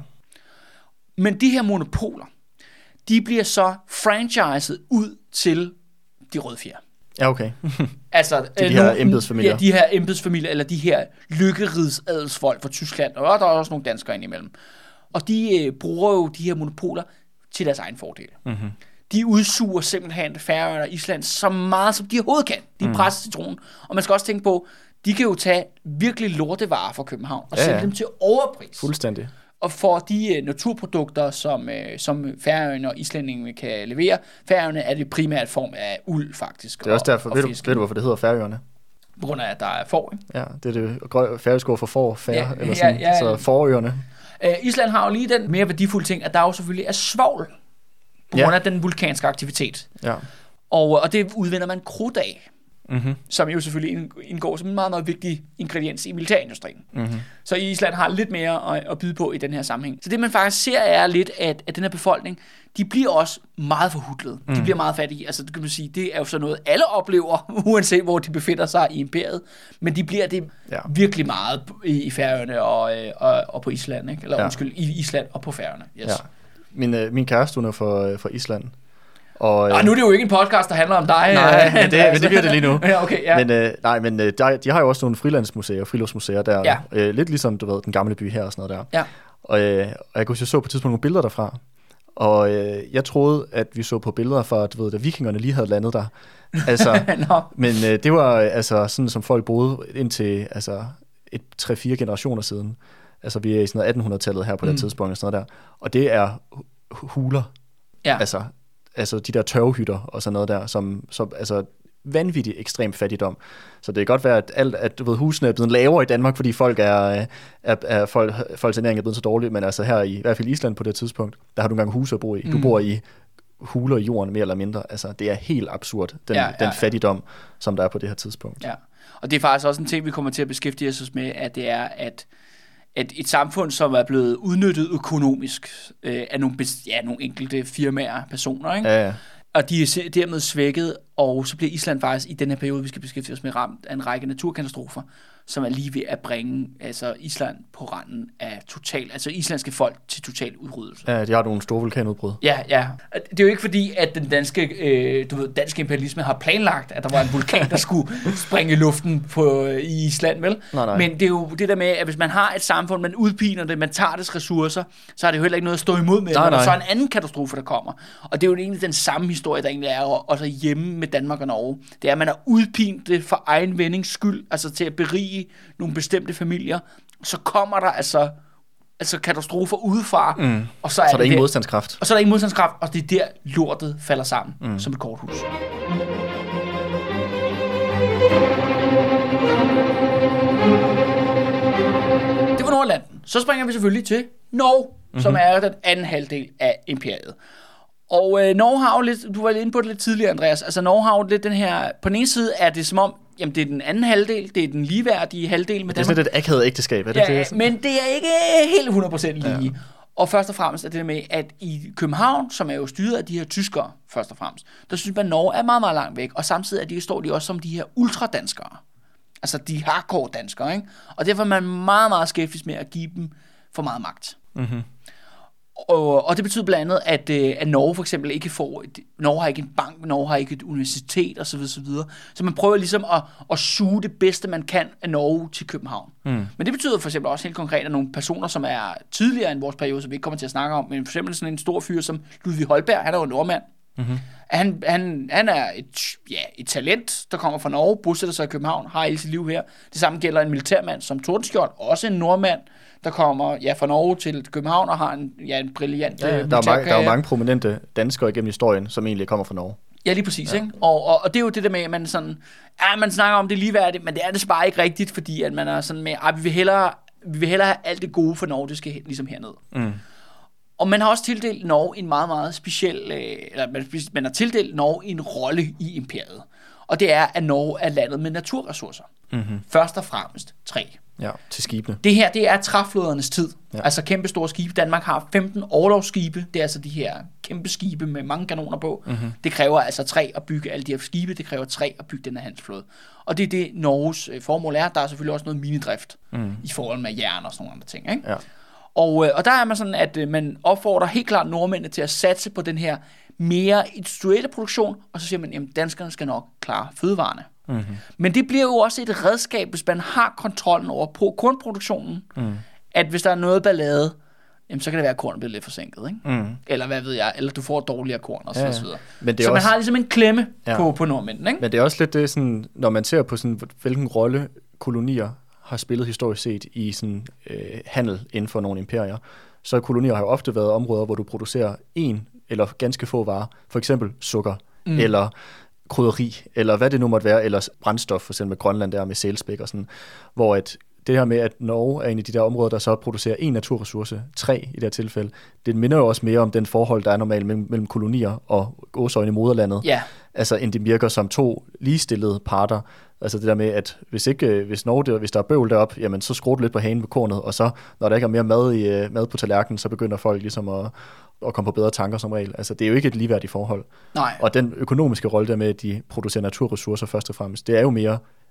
Men de her monopoler, de bliver så franchiset ud til de rødfjer. Ja, okay. Altså, de, de her embedsfamilier. Ja, de her embedsfamilier, eller de her lykkerids-adelsfolk fra Tyskland, og der er også nogle danskere indimellem. Og de øh, bruger jo de her monopoler til deres egen fordel. Mm-hmm. De udsuger simpelthen Færøerne og Island så meget, som de overhovedet kan. De mm. presser citronen. Og man skal også tænke på, de kan jo tage virkelig lortevarer fra København og ja, sælge ja. dem til overpris. Fuldstændig. Og for de uh, naturprodukter, som, uh, som Færøerne og islændingene kan levere, Færøerne er det primært form af uld, faktisk. Det er også derfor, og, og ved, du, ved du, hvorfor det hedder Færøerne? På grund af, at der er får, ikke? Ja, det er det færøske ord for får, fær, ja, eller sådan, ja, ja, så forøerne. Uh, Island har jo lige den mere værdifulde ting, at der jo selvfølgelig er svovl, på ja. grund af den vulkanske aktivitet. Ja. Og, og det udvinder man krudt af. Mm-hmm. Som jo selvfølgelig indgår som en meget, meget vigtig ingrediens i militærindustrien. Mm-hmm. Så Island har lidt mere at, at byde på i den her sammenhæng. Så det man faktisk ser er lidt, at, at den her befolkning, de bliver også meget forhudlet. Mm. De bliver meget fattige. Altså det kan man sige, det er jo sådan noget, alle oplever, uanset hvor de befinder sig i imperiet. Men de bliver det ja. virkelig meget i, i Færøerne og, og, og på Island, ikke? Eller ja. undskyld, i Island og på Færøerne. Yes. Ja. Min, øh, min kæreste, hun er fra, fra Island. Og, øh, Nå, nu er det jo ikke en podcast, der handler om dig. Nej, men det, men det bliver det lige nu. ja, okay, ja. Men, øh, nej, men øh, der, de har jo også nogle frilandsmuseer, friluftsmuseer der. Ja. Øh, lidt ligesom, du ved, den gamle by her og sådan noget der. Ja. Og, øh, og jeg kunne så på et tidspunkt nogle billeder derfra. Og øh, jeg troede, at vi så på billeder fra, du ved, da vikingerne lige havde landet der. Altså, no. Men øh, det var altså sådan, som folk boede indtil altså, et tre-fire generationer siden. Altså, vi er i sådan noget attenhundredetallet her på mm. det tidspunkt og sådan noget der. Og det er huler. Ja. Altså, altså de der tørvehytter og sådan noget der, som, som altså vanvittigt ekstrem fattigdom. Så det kan godt være, at, alt, at du ved, husene er blevet lavere i Danmark, fordi folk er, er, er folk, folks ernæring er blevet så dårlig, men altså her i, i hvert fald i Island på det tidspunkt, der har du engang huse at bo i. Du mm. bor i huler i jorden, mere eller mindre. Altså, det er helt absurd, den, ja, ja, den fattigdom, ja. som der er på det her tidspunkt. Ja, og det er faktisk også en ting, vi kommer til at beskæftige os med, at det er, at at et samfund, som er blevet udnyttet økonomisk øh, af nogle, ja, nogle enkelte firmaer, personer, ikke? Ja, ja. Og de er dermed svækket, og så bliver Island faktisk i den her periode, vi skal beskæftige os med, ramt af en række naturkatastrofer, som er lige ved at bringe altså Island på randen af total, altså islandske folk til total udryddelse. Ja, de har nogle store vulkanudbrud. Ja, ja. Det er jo ikke fordi, at den danske, øh, du ved, danske imperialisme har planlagt, at der var en vulkan, der skulle springe i luften på, øh, i Island, vel? Nej, nej. Men det er jo det der med, at hvis man har et samfund, man udpiner det, man tager dets ressourcer, så er det jo heller ikke noget at stå imod med, nej, når der så er en anden katastrofe, der kommer. Og det er jo egentlig den samme historie, der egentlig er også hjemme med Danmark og Norge. Det er, at man har udpint det for egen vindings skyld, altså til at berige nogle bestemte familier, så kommer der altså, altså katastrofer udefra, mm. og så så er, er der det ingen der, modstandskraft. Og så er der ingen modstandskraft, og det er der lortet falder sammen, mm. som et korthus. Det var Nordlanden. Så springer vi selvfølgelig til Norge, mm-hmm. som er den anden halvdel af imperiet. Og øh, Norge har jo lidt, du var lidt inde på det lidt tidligere, Andreas, altså Norge har jo lidt den her, på den ene side er det som om, jamen det er den anden halvdel, det er den ligeværdige halvdel med Danmark. Det er sådan et akavet ægteskab, er det ja, det? Men det er ikke helt hundrede procent lige. Ja. Og først og fremmest er det med, at i København, som er jo styret af de her tyskere, først og fremmest, der synes man, at Norge er meget, meget langt væk, og samtidig er de, står de også som de her ultradanskere. Altså de hardcore danskere, ikke? Og derfor er man meget, meget skeptisk med at give dem for meget magt. Mm-hmm. Og, og det betyder blandt andet, at, øh, at Norge for eksempel ikke får, et, Norge har ikke en bank, Norge har ikke et universitet osv. Så, videre. Så man prøver ligesom at, at suge det bedste, man kan af Norge til København. Mm. Men det betyder for eksempel også helt konkret, at nogle personer, som er tidligere end vores periode, som vi ikke kommer til at snakke om, men for eksempel sådan en stor fyr som Ludvig Holberg, han er jo en nordmand. Mm-hmm. Han, han, han er et, ja, et talent, der kommer fra Norge, bosætter sig i København, har hele sit liv her. Det samme gælder en militærmand som Tordenskjold, også en nordmand, der kommer ja, fra Norge til København og har en, ja, en brilliant ja, ja, der, er mange, der er jo mange prominente danskere igennem historien, som egentlig kommer fra Norge. Ja, lige præcis. Ja. Ikke? Og, og, og det er jo det der med, at man sådan, ja, man snakker om det ligeværdigt, men det er det bare ikke rigtigt, fordi at man er sådan med, at vi vil hellere, vi vil hellere have alt det gode for Norge, det skal ligesom herned. Mm. Og man har også tildelt Norge en meget, meget speciel, eller man, man har tildelt Norge en rolle i imperiet. Og det er, at Norge er landet med naturressourcer. Mm-hmm. Først og fremmest træ. Ja, til skibene. Det her, det er træflådernes tid. Ja. Altså kæmpe store skibe. Danmark har femten orlogsskibe. Det er altså de her kæmpe skibe med mange kanoner på. Mm-hmm. Det kræver altså træ at bygge alle de her skibe. Det kræver træ at bygge den her handelsflåde. Og det er det, Norges formål er. Der er selvfølgelig også noget minedrift mm. i forhold med jern og sådan nogle andre ting. Ikke? Ja. Og, og der er man sådan, at man opfordrer helt klart nordmændene til at satse på den her mere industrielle produktion, og så siger man, at danskerne skal nok klare fødevarene. Mm-hmm. Men det bliver jo også et redskab, hvis man har kontrollen over på kornproduktionen, mm. at hvis der er noget ballade, jamen, så kan det være, at kornet bliver lidt forsinket. Ikke? Mm. Eller hvad ved jeg, eller du får dårligere korn og så, ja, ja. så videre. Men det så også... man har ligesom en klemme ja. på, på nordmændene. Ikke? Men det er også lidt det, sådan, når man ser på, sådan, hvilken rolle kolonier har spillet historisk set i sådan, øh, handel inden for nogle imperier, så kolonier har jo ofte været områder, hvor du producerer en eller ganske få varer, for eksempel sukker, mm. eller krydderi, eller hvad det nu måtte være, eller brændstof, for eksempel med Grønland der med sælspæk og sådan, hvor at det her med, at Norge er en af de der områder, der så producerer en naturressource, træ i det her tilfælde, det minder jo også mere om den forhold, der er normalt mellem, mellem kolonier og gåseøjne i moderlandet, ja. altså end det virker som to ligestillede parter. Altså det der med, at hvis ikke, hvis Norge, der, hvis der er bøvl deroppe, jamen så skruer du lidt på hanen med kornet, og så, når der ikke er mere mad, i, mad på tallerkenen, så begynder folk ligesom at, at komme på bedre tanker som regel. Altså det er jo ikke et ligeværdigt forhold. Nej. Og den økonomiske rolle der med, at de producerer naturressourcer først og fremmest, det er jo mere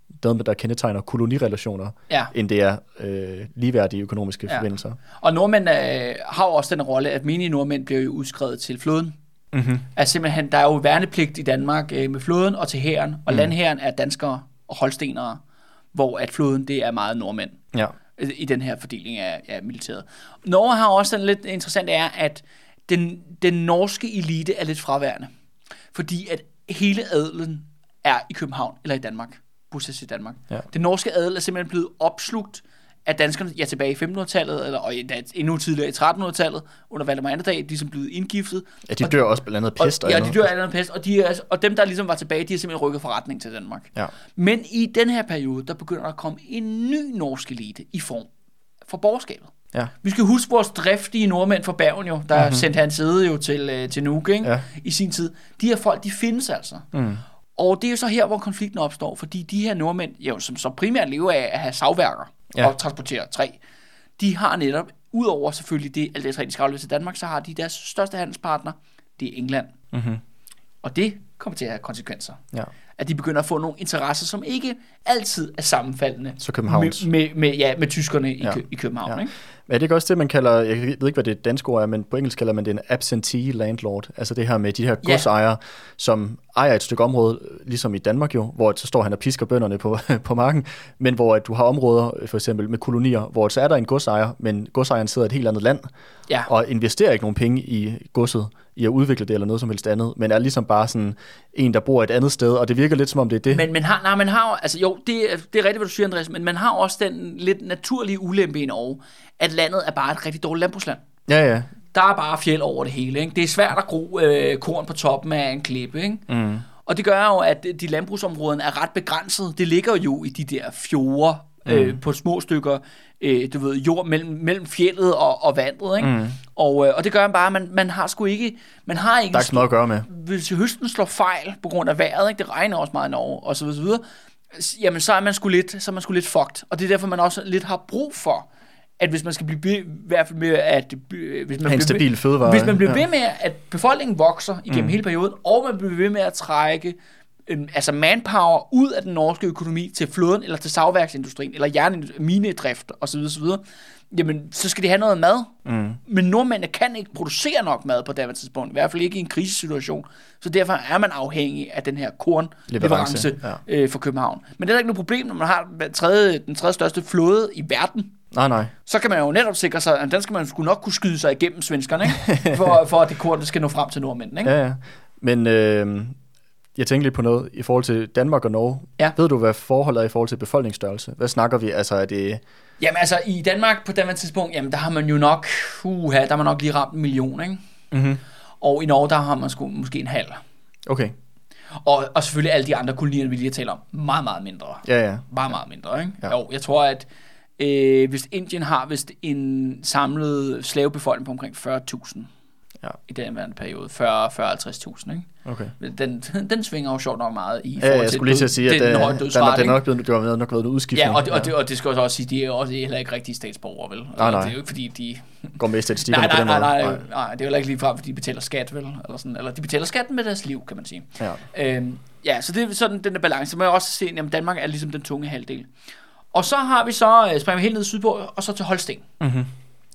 noget, der kendetegner kolonirelationer, ja. end det er øh, ligeværdige økonomiske ja. forbindelser. Og nordmænd øh, har jo også den rolle, at menige nordmænd bliver jo udskrevet til flåden. Mm-hmm. Altså simpelthen, der er jo værnepligt i Danmark øh, med flåden og til hæren, og mm. landhæren er danskere og holstenere, hvor at flåden, det er meget nordmænd. Ja. I den her fordeling af, af militæret. Norge har også en lidt interessant er, at den, den norske elite er lidt fraværende. Fordi at hele adelen er i København eller i Danmark. Bosættes i Danmark. Ja. Den norske adel er simpelthen blevet opslugt af danskerne, ja, tilbage i femtenhundredetallet, eller og endnu tidligere i trettenhundredetallet, under Valdemar Atterdag, de er som blevet indgiftet. Ja, de dør og, også blandt andet pest. Og, og ja, de dør af andet pest, og, de er, og dem, der ligesom var tilbage, de har simpelthen rykket forretning til Danmark. Ja. Men i den her periode, der begynder der at komme en ny norsk elite i form for borgerskabet. Ja. Vi skal huske vores driftige nordmænd fra Bergen jo, der mm-hmm. sendte hans sæde jo til, til Nuuk, ikke? Ja. I sin tid. De her folk, de findes altså. Mm. Og det er jo så her, hvor konflikten opstår, fordi de her nordmænd, jo, som så primært lever af at have savværker ja. og transportere træ, de har netop, udover selvfølgelig det, alt det træ, de skal aflevere til Danmark, så har de deres største handelspartner, det er England. Mm-hmm. Og det kommer til at have konsekvenser. Ja. At de begynder at få nogle interesser, som ikke altid er sammenfaldende så Københavns. med, med, med, ja, med tyskerne i, ja. Kø, i København. Ja. Ikke? Men er det ikke også det, man kalder, jeg ved ikke, hvad det danske ord er, men på engelsk kalder man det en absentee landlord, altså det her med de her godsejere, ja. som ejer et stykke område, ligesom i Danmark jo, hvor så står han og pisker bønderne på, på marken, men hvor at du har områder, for eksempel med kolonier, hvor så er der en godsejer, men godsejeren sidder i et helt andet land, ja. og investerer ikke nogen penge i godset, i at udvikle det eller noget som helst andet, men er ligesom bare sådan en, der bor et andet sted, og det virker lidt som om det er det. Men man har, nej, man har altså jo, det er, det er rigtigt, hvad du siger, Andreas, men man har også den lidt naturlige ulempe i Norge, at landet er bare et rigtig dårligt landbrugsland. Ja, ja. Der er bare fjeld over det hele, ikke? Det er svært at gro øh, korn på toppen af en klippe, ikke? Mm. Og det gør jo, at de landbrugsområderne er ret begrænset. Det ligger jo i de der fjorde, mm. øh, på små stykker, øh, du ved, jord mellem, mellem fjeldet og, og vandet, ikke? Mm. Og, øh, og det gør bare, at man, man har sgu ikke... Man har ikke... Der er ikke noget at gøre med. Hvis høsten slår fejl på grund af vejret, ikke? Det regner også meget i Norge, og så videre, jamen så er man sgu lidt, så er man sgu lidt fucked. Og det er derfor, man også lidt har brug for, at hvis man skal blive i hvert fald med at hvis man en stabil fødevare, hvis man bliver ja. ved med at befolkningen vokser igennem mm. hele perioden, og man bliver ved med at trække en, altså manpower ud af den norske økonomi til flåden eller til savværksindustrien eller jernminedrift og så videre, så videre, jamen så skal de have noget mad. Mm. Men nordmændene kan ikke producere nok mad på det tidspunkt, i hvert fald ikke i en krisesituation. Så derfor er man afhængig af den her kornleverance ja. øh, for København. Men det er ikke noget problem, når man har tredje, den tredje største flåde i verden. Nej, nej. Så kan man jo netop sikre sig, at den skal man sgu nok kunne skyde sig igennem svenskerne, ikke? For, for at det korn skal nå frem til nordmændene. Ikke? Ja, ja. Men øh, jeg tænker lidt på noget i forhold til Danmark og Norge. Ja. Ved du, hvad forholdet er i forhold til befolkningsstørrelse? Hvad snakker vi? Altså, er det... Jamen altså, i Danmark på det tidspunkt, jamen der har man jo nok, uha, der har man nok lige ramt en million, ikke? Mm-hmm. Og i Norge, der har man sgu måske en halv. Okay. Og, og selvfølgelig alle de andre kolonier, vi lige har talt om, meget, meget mindre. Ja, ja. Meget, meget mindre, ikke? Ja. Jo, jeg tror, at øh, hvis Indien har vist en samlet slavebefolkning på omkring fyrre tusind ja. i den her periode. fyrre til halvtreds tusind, ikke? Okay. Den, den svinger jo sjovt nok meget i forhold til... Ja, jeg skulle lige til at sige, at den, den, den, den nok blevet, det var nok været en udskiftning. Ja, og det, og, det, og det skal også sige, de er jo også heller ikke rigtige statsborgere, vel? Nej, nej. Det er jo ikke, fordi de... går med i statistikkerne på den måde. Nej, nej, nej, nej, det er jo ikke lige frem, fordi de betaler skat, vel? Eller, sådan, eller de betaler skatten med deres liv, kan man sige. Ja, øhm, ja så det er sådan den der balance. Så må jeg også se, at Danmark er ligesom den tunge halvdel. Og så har vi så, springer vi helt ned sydpå, og så til Holsten. Mhm.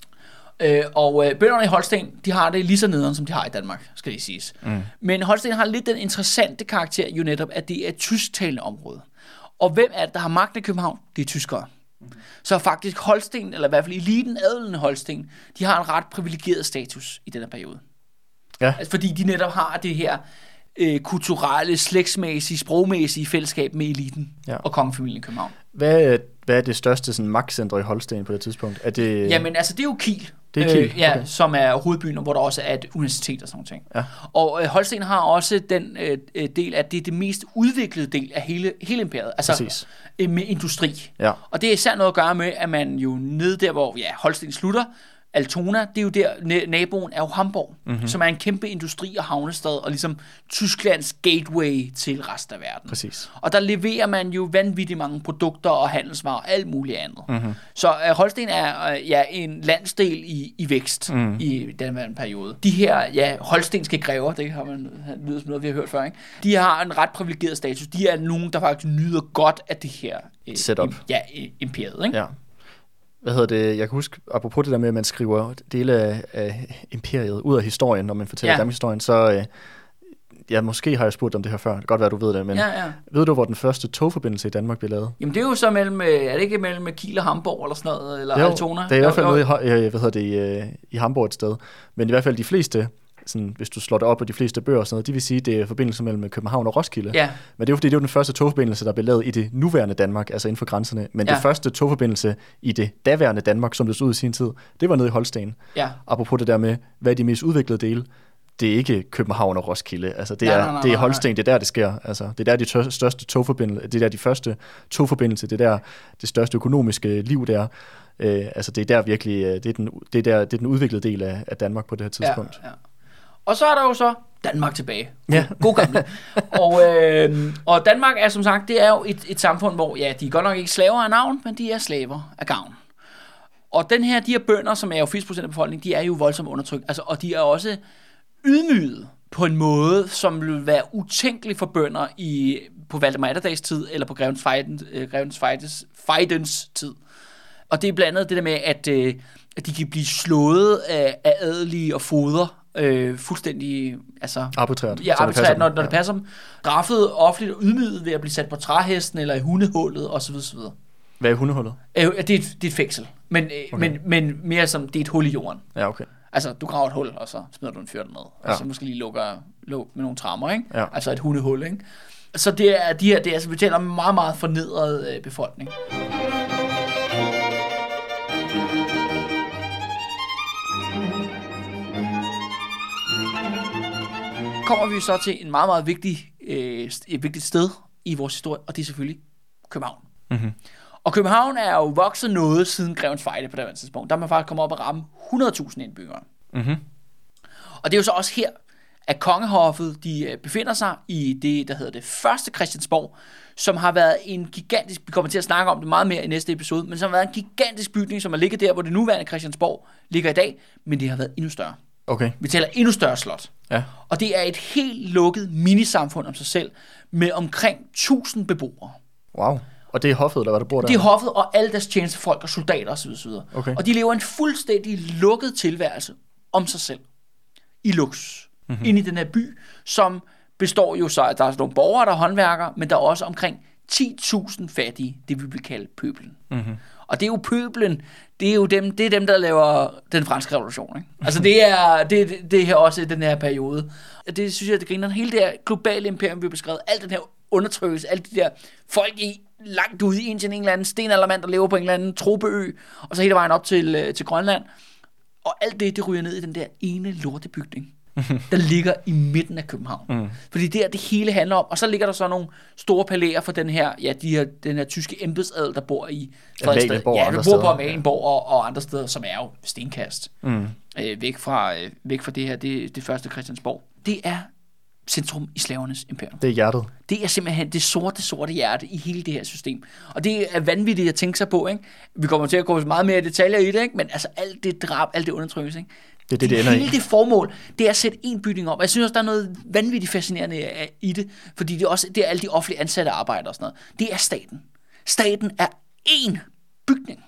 Øh, og øh, bønderne i Holsten, de har det lige så nederen, som de har i Danmark, skal det siges. Mm. Men Holsten har lidt den interessante karakter jo netop, at det er et tysktalende område. Og hvem er det, der har magten i København? Det er tyskere. Mm. Så faktisk Holsten, eller i hvert fald eliten, adelen Holsten, de har en ret privilegeret status i denne periode. Ja. Altså, fordi de netop har det her øh, kulturelle, slægtsmæssige, sprogmæssige fællesskab med eliten ja. og kongefamilien i København. Hvad, hvad er det største sådan, magtcenter i Holsten på det tidspunkt? Er det... Jamen altså, det er jo Kiel. Det er Kiel, øh, ja, okay. Som er hovedbyen, hvor der også er et universitet og sådan noget. Ja. Og øh, Holsten har også den øh, del, at det er det mest udviklede del af hele, hele imperiet. Altså øh, med industri. Ja. Og det er især noget at gøre med, at man jo nede der, hvor ja, Holsten slutter, Altona, det er jo der, naboen er jo Hamburg, mm-hmm. som er en kæmpe industri- og havnestad, og ligesom Tysklands gateway til resten af verden. Præcis. Og der leverer man jo vanvittigt mange produkter og handelsvarer og alt muligt andet. Mm-hmm. Så uh, Holsten er uh, ja, en landsdel i, i vækst mm. i den her periode. De her ja, holstenske grever, det har man lyder som noget, vi har hørt før, ikke? De har en ret privilegeret status. De er nogen, der faktisk nyder godt af det her uh, setup. Im- ja, imperiet, ikke? Ja. Hvad hedder det? Jeg kan huske, apropos det der med, at man skriver dele af, af imperiet ud af historien, når man fortæller ja. Danmarks historien, så øh, ja, måske har jeg spurgt om det her før. Det kan godt være, du ved det, men ja, ja. Ved du, hvor den første togforbindelse i Danmark blev lavet? Jamen det er jo så mellem, er det ikke mellem Kiel og Hamburg eller sådan noget, eller jo, Altona? det er i hvert fald noget i, hvad hedder det, i, i Hamburg et sted. Men i hvert fald de fleste, sådan, hvis du slår det op på de fleste bøger og sådan noget, de vil sige, at det er forbindelse mellem København og Roskilde. Ja. Men det er jo fordi, det er jo den første togforbindelse, der blev lavet i det nuværende Danmark, altså inden for grænserne. Men ja. Det første togforbindelse i det daværende Danmark, som det så ud i sin tid, det var nede i Holsten. Ja. Apropos det der med, hvad er de mest udviklede dele? Det er ikke København og Roskilde. Altså, det, er, nej, nej, nej, det er Holsten, det er der, det sker. Altså, det er der, de tør- største togforbindelser, det er der, de første togforbindelser, det er der, det største økonomiske liv, der. Øh, altså, det er der virkelig, det er den, det er der, det er den udviklede del af, af Danmark på det her tidspunkt. Ja, ja. Og så er der jo så Danmark tilbage. Ja. God gamle. og, øh, og Danmark er som sagt, det er jo et, et samfund, hvor ja, de er godt nok ikke slaver af navn, men de er slaver af gavn. Og den her, de her bønder, som er jo firs procent af befolkningen, de er jo voldsomt undertrykt. Altså, og de er også ydmyget på en måde, som vil være utænkelig for bønder i, på Valdemar Atterdags tid, eller på Grevens Fejdens, øh, Grevens Fejdens, Fejdens tid. Og det er blandt andet det der med, at, øh, at de kan blive slået af, af adelige og foder, Øh, fuldstændig altså, arbitrært, ja, arbitrært når, når ja. det passer dem. Raffet offentligt og ydmyget ved at blive sat på træhesten eller i hundehullet osv. osv. Hvad er hundehullet? Øh, det, er et, det er et fængsel, men, okay. men, men mere som det er et hul i jorden. Ja, okay. Altså, du graver et hul, og så smider du en fyr derned, ja. Og så måske lige lukker, lukker med nogle trammer, ikke? Ja. Altså et hundehul, ikke? Så det er, de her, det er altså, vi taler om en meget, meget fornedret øh, befolkning. Kommer vi så til en meget, meget vigtig, øh, et vigtigt sted i vores historie, og det er selvfølgelig København. Mm-hmm. Og København er jo vokset noget siden Grevens Fejde på det tidspunkt. Der er man faktisk kommet op og ramme hundrede tusind indbyggere. Mm-hmm. Og det er jo så også her, at kongehoffet de befinder sig i det, der hedder det første Christiansborg, som har været en gigantisk, vi kommer til at snakke om det meget mere i næste episode, men som har været en gigantisk bygning, som har ligget der, hvor det nuværende Christiansborg ligger i dag, men det har været endnu større. Okay. Vi taler endnu større slot. Ja. Og det er et helt lukket minisamfund om sig selv, med omkring tusind beboere. Wow. Og det er hoffet, eller hvad der bor der? Det er hoffet, og alle deres tjenestefolk og soldater osv. Okay. Og de lever en fuldstændig lukket tilværelse om sig selv. I luksus. Mm-hmm. Inde i den her by, som består jo så, at der er nogle borgere, der er håndværkere, men der er også omkring ti tusind fattige, det vi vil kalde pøbelen. Mm-hmm. Og det er jo pøbelen, det er jo dem, det er dem, der laver den franske revolution. Ikke? Altså det er det, det, det her også i den her periode. Det synes jeg, det griner. Hele det her globale imperium, vi har beskrevet, alt den her undertrykkelse, alle de der folk i langt ude i Indien, en eller anden stenaldermand, der lever på en eller anden tropeø, og så hele vejen op til, til Grønland. Og alt det, det ryger ned i den der ene lortebygning, der ligger i midten af København. Mm. Fordi det er det hele handler om. Og så ligger der så nogle store palæer for den her, ja, de her, den her tyske embedsadel, der bor i Frederiksstad. Ja, der bor på Amalienborg og, og andre steder, som er jo stenkast. Mm. Øh, væk, fra, øh, væk fra det her, det, det første Christiansborg. Det er centrum i slavernes imperium. Det er hjertet. Det er simpelthen det sorte, sorte hjerte i hele det her system. Og det er vanvittigt at tænke sig på, ikke? Vi kommer til at gå meget mere i detaljer i det, ikke? Men altså alt det drab, alt det undertrykkelse, ikke? Det er det, det ender hele i. Det formål, det er at sætte en bygning op. Jeg synes også, der er noget vanvittigt fascinerende i det, fordi det er også det er alle de offentlige ansatte arbejder og sådan noget. Det er staten. Staten er én bygning.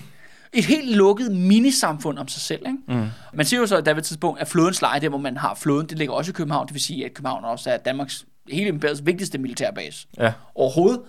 Et helt lukket minisamfund om sig selv. Ikke? Mm. Man siger jo så, at der ved et tidspunkt er flådens leje, der hvor man har flåden, det ligger også i København. Det vil sige, at København også er Danmarks, hele imperiets vigtigste militærbase ja. overhovedet.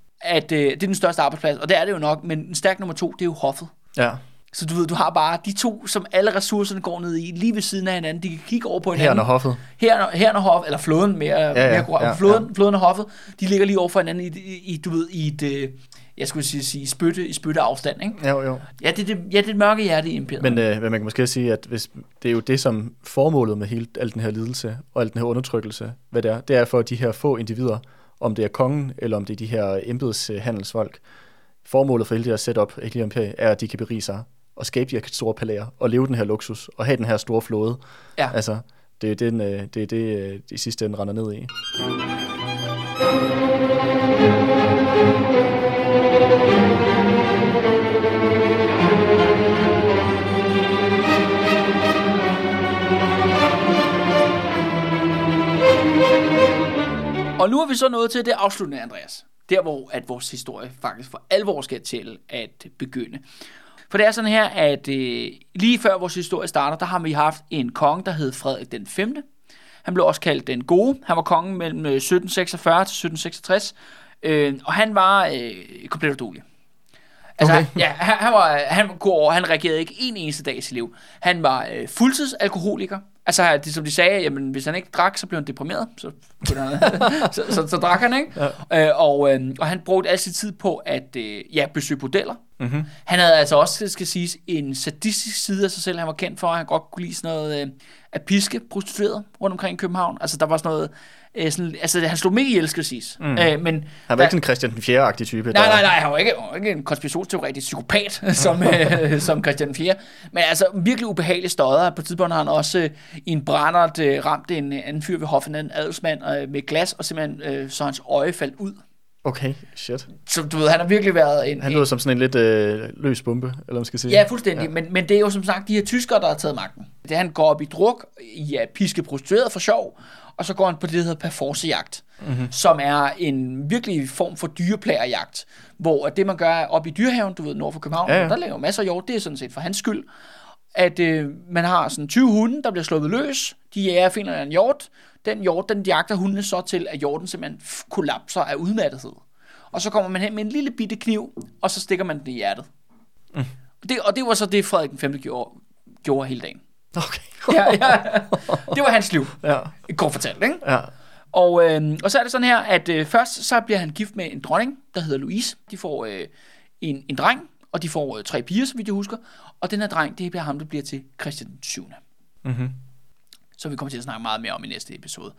At øh, det er den største arbejdsplads, og det er det jo nok, men en stærk nummer to, det er jo hoffet. Ja. Så du ved, du har bare de to, som alle ressourcerne går ned i, lige ved siden af hinanden. De kan kigge over på hinanden. Her er hoffet. Her, her er hoffet, eller flåden mere, ja, ja, mere ja, flåden, ja. flåden og hoffet, de ligger lige over for hinanden i, i, du ved, i et, jeg skulle sige, sige spytte, i spytte afstand, ikke? Jo, jo. Ja, det, det, ja, det er et mørke hjerte i imperiet. Men øh, man kan måske sige, at hvis, det er jo det, som formålet med hele al den her lidelse, og al den her undertrykkelse, hvad det er, det er for de her få individer, om det er kongen, eller om det er de her embedshandelsfolk. Formålet for hele det her setup, hele imperiet, er, at de kan berige sig. at skabe de her store palæer, og leve den her luksus, og have den her store flåde. Ja. Altså, det er den, det, er det, de sidste ende render ned i. Og nu er vi så nået til det afsluttende, Andreas. Der, hvor at vores historie faktisk for alvor skal til at begynde. For det er sådan her, at øh, lige før vores historie starter, der har vi haft en konge, der hed Frederik den femte. Han blev også kaldt den gode. Han var kongen mellem sytten seksogfyrre til sytten seksogtres. Øh, og han var øh, komplet uduelig. Altså, okay. ja, han, han, var, han, går, han reagerede ikke en eneste dag i sit liv. Han var øh, fuldtidsalkoholiker. Altså, det, som de sagde, jamen, hvis han ikke drak, så blev han deprimeret. Så, så, så, så drak han, ikke? Ja. Øh, og, øh, og han brugte al sin tid på at øh, ja, besøge bordeller. Mm-hmm. Han havde altså også, det skal siges, en sadistisk side af sig selv. Han var kendt for, at han godt kunne lide sådan noget øh, at piske prostitueret rundt omkring i København. Altså, der var sådan noget... Øh, sådan, altså, han slog mega ihjel, skal siges. Mm. Øh, men han var der, ikke sådan en Christian den fjerde-agtig type. Nej, nej, nej. Han var ikke, han var ikke en konspirationsteoretisk psykopat, som, øh, som Christian den fjerde. Men altså, virkelig ubehagelig støder. På et tidspunkt har han også øh, i en brændert øh, ramt en anden fyr ved hoffen, en adelsmand øh, med glas, og simpelthen øh, så hans øje faldt ud. Okay, shit. Så du ved, han har virkelig været en... Han lyder som sådan en lidt øh, løs bombe, eller hvad man skal sige. Ja, fuldstændig. Ja. Men, men det er jo som sagt de her tyskere, der har taget magten. Det han går op i druk, i at piske prostitueret for sjov, og så går han på det, der hedder perforcejagt, mm-hmm. som er en virkelig form for dyreplagerjagt, hvor det man gør op i Dyrehaven, du ved, nord for København, ja, ja. Der ligger jo masser af hjort, det er sådan set for hans skyld, at øh, man har sådan tyve hunde, der bliver sluppet løs, de jæger finder en hjort, den hjort, den jagter hundene så til, at hjorten simpelthen kollapser af udmattethed. Og så kommer man hen med en lille bitte kniv, og så stikker man den i hjertet. Mm. Og, det, og det var så det, Frederik den femte gjorde, gjorde hele dagen. Okay. ja, ja. Det var hans liv. Ja. Kort fortalt, ikke? Ja. Og, øh, og så er det sådan her, at øh, først så bliver han gift med en dronning, der hedder Louise. De får øh, en, en dreng, og de får øh, tre piger, så vidt jeg husker. Og den her dreng, det bliver ham, der bliver til Christian den syvende. Mm-hmm. Så vi kommer til at snakke meget mere om i næste episode.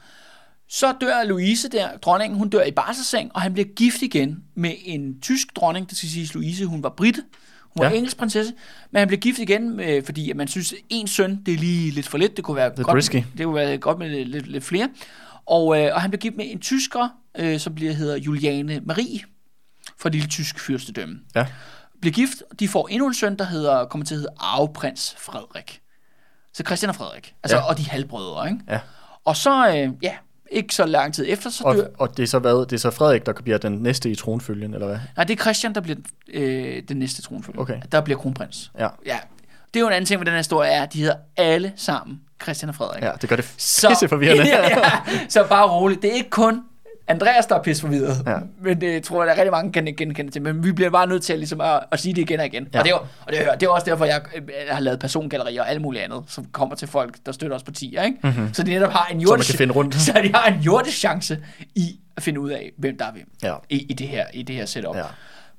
Så dør Louise der, dronningen, hun dør i barselsseng, og han bliver gift igen med en tysk dronning, det skal siges Louise, hun var brite. Hun var ja. engelsk prinsesse, men han blev gift igen, med, fordi at man synes, at en søn, det er lige lidt for lidt. Det kunne være, godt, risky. det kunne være godt med lidt, lidt flere. Og, øh, og han blev gift med en tysker, øh, som bliver, hedder Juliane Marie, fra lille tysk fyrstedømme. Ja. Bliver gift, de får endnu en søn, der hedder, kommer til at hedde arveprins Frederik. Så Christian og Frederik, altså, ja. Og de halvbrødre, ikke? Ja. Og så, øh, ja, ikke så lang tid efter, så dør... Og, og det er så hvad? Det er så Frederik, der bliver den næste i tronfølgen, eller hvad? Nej, det er Christian, der bliver øh, den næste tronfølge. Okay. Der bliver kronprins. Ja. Ja. Det er jo en anden ting med den her historie, er, at de hedder alle sammen Christian og Frederik. Ja, det gør det pisse forvirrende. ja, ja, så bare roligt. Det er ikke kun Andreas, der er pisse forvirret. Ja. Men det tror jeg, der er rigtig mange, kan genkende til. Men vi bliver bare nødt til at, ligesom, at, at sige det igen og igen. Ja. Og, det er, og det, er, det er også derfor, jeg, jeg har lavet persongallerier og alt muligt andet, som kommer til folk, der støtter os på tier, ikke? Mm-hmm. Så de netop har en jordisk, så, man kan finde rundt. så de har en jordisk chance i at finde ud af, hvem der er hvem ja. i, i, det her, i det her setup. Ja.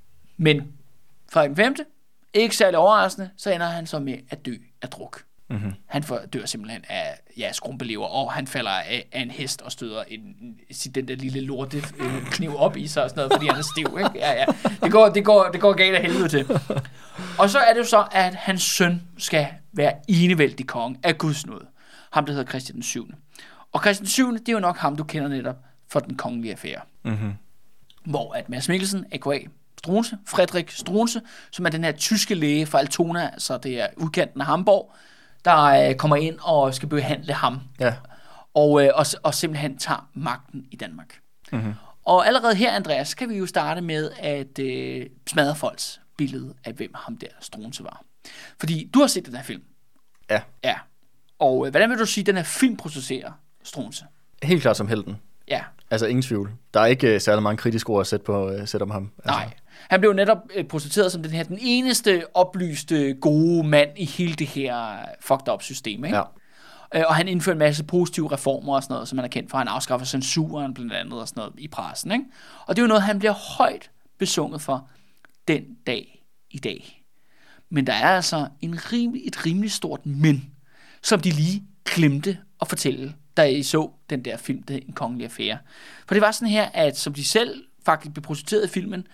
Men Frederik den femte, ikke særlig overraskende, så ender han så med at dø af druk. Mm-hmm. Han dør simpelthen af ja, skrumpelever, og han falder af, af en hest og støder en, den der lille lorte øh, kniv op i sig og sådan noget, fordi han er stiv. Ikke? Ja, ja. Det, går, det, går, det går galt af helvede til. Og så er det jo så, at hans søn skal være enevældig konge af Guds nåde. Ham, der hedder Christian den syvende. Og Christian den syvende, det er jo nok ham, du kender netop for den kongelige affære. Mm-hmm. Hvor at Mads Mikkelsen, a k a. Struensee, Frederik Struensee, som er den her tyske læge fra Altona, altså det er udkanten af Hamburg, der øh, kommer ind og skal behandle ham. Ja. Og, øh, og, og simpelthen tager magten i Danmark. Mm-hmm. Og allerede her, Andreas, kan vi jo starte med at øh, smadre folks billede af, hvem ham der Struensee var. Fordi du har set den her film. Ja. Ja. Og øh, hvordan vil du sige, at den her film producerer Struensee? Helt klart som helten. Ja. Altså ingen tvivl. Der er ikke uh, særlig mange kritiske ord at sætte, på, uh, sætte om ham. Altså. Nej. Han blev netop uh, portrætteret som den her, den eneste oplyste, gode mand i hele det her fucked up system, ikke? Ja. Uh, og han indførte en masse positive reformer og sådan noget, som man er kendt for. Han afskaffer censuren blandt andet og sådan noget i pressen, ikke? Og det er jo noget, han bliver højt besunget for den dag i dag. Men der er altså en rimelig, et rimelig stort men, som de lige glemte at fortælle, da I så den der film, det En Kongelig Affære. For det var sådan her, at som de selv faktisk blev portrætteret i filmen,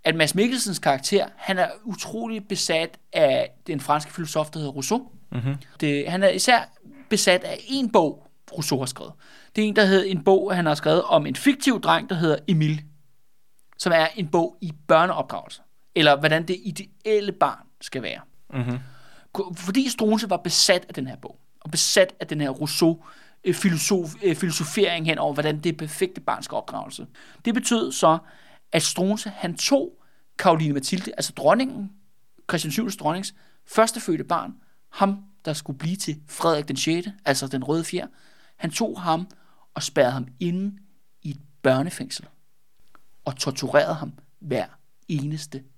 at Mads Mikkelsens karakter, han er utrolig besat af den franske filosof, der hedder Rousseau. Mm-hmm. Det, han er især besat af en bog, Rousseau har skrevet. Det er en, der hedder en bog, han har skrevet om en fiktiv dreng, der hedder Emile, som er en bog i børneopdragelse, eller hvordan det ideelle barn skal være. Mm-hmm. Fordi Struensee var besat af den her bog, og besat af den her Rousseau, filosof, filosofering hen over, hvordan det perfekte barn skal opdragelse. Det betød så, at Struensee, han tog Caroline Mathilde, altså dronningen, Christian syvende dronnings førstefødte barn, ham, der skulle blive til Frederik den sjette, altså den røde fjer, han tog ham og spærrede ham inde i et børnefængsel og torturerede ham hver eneste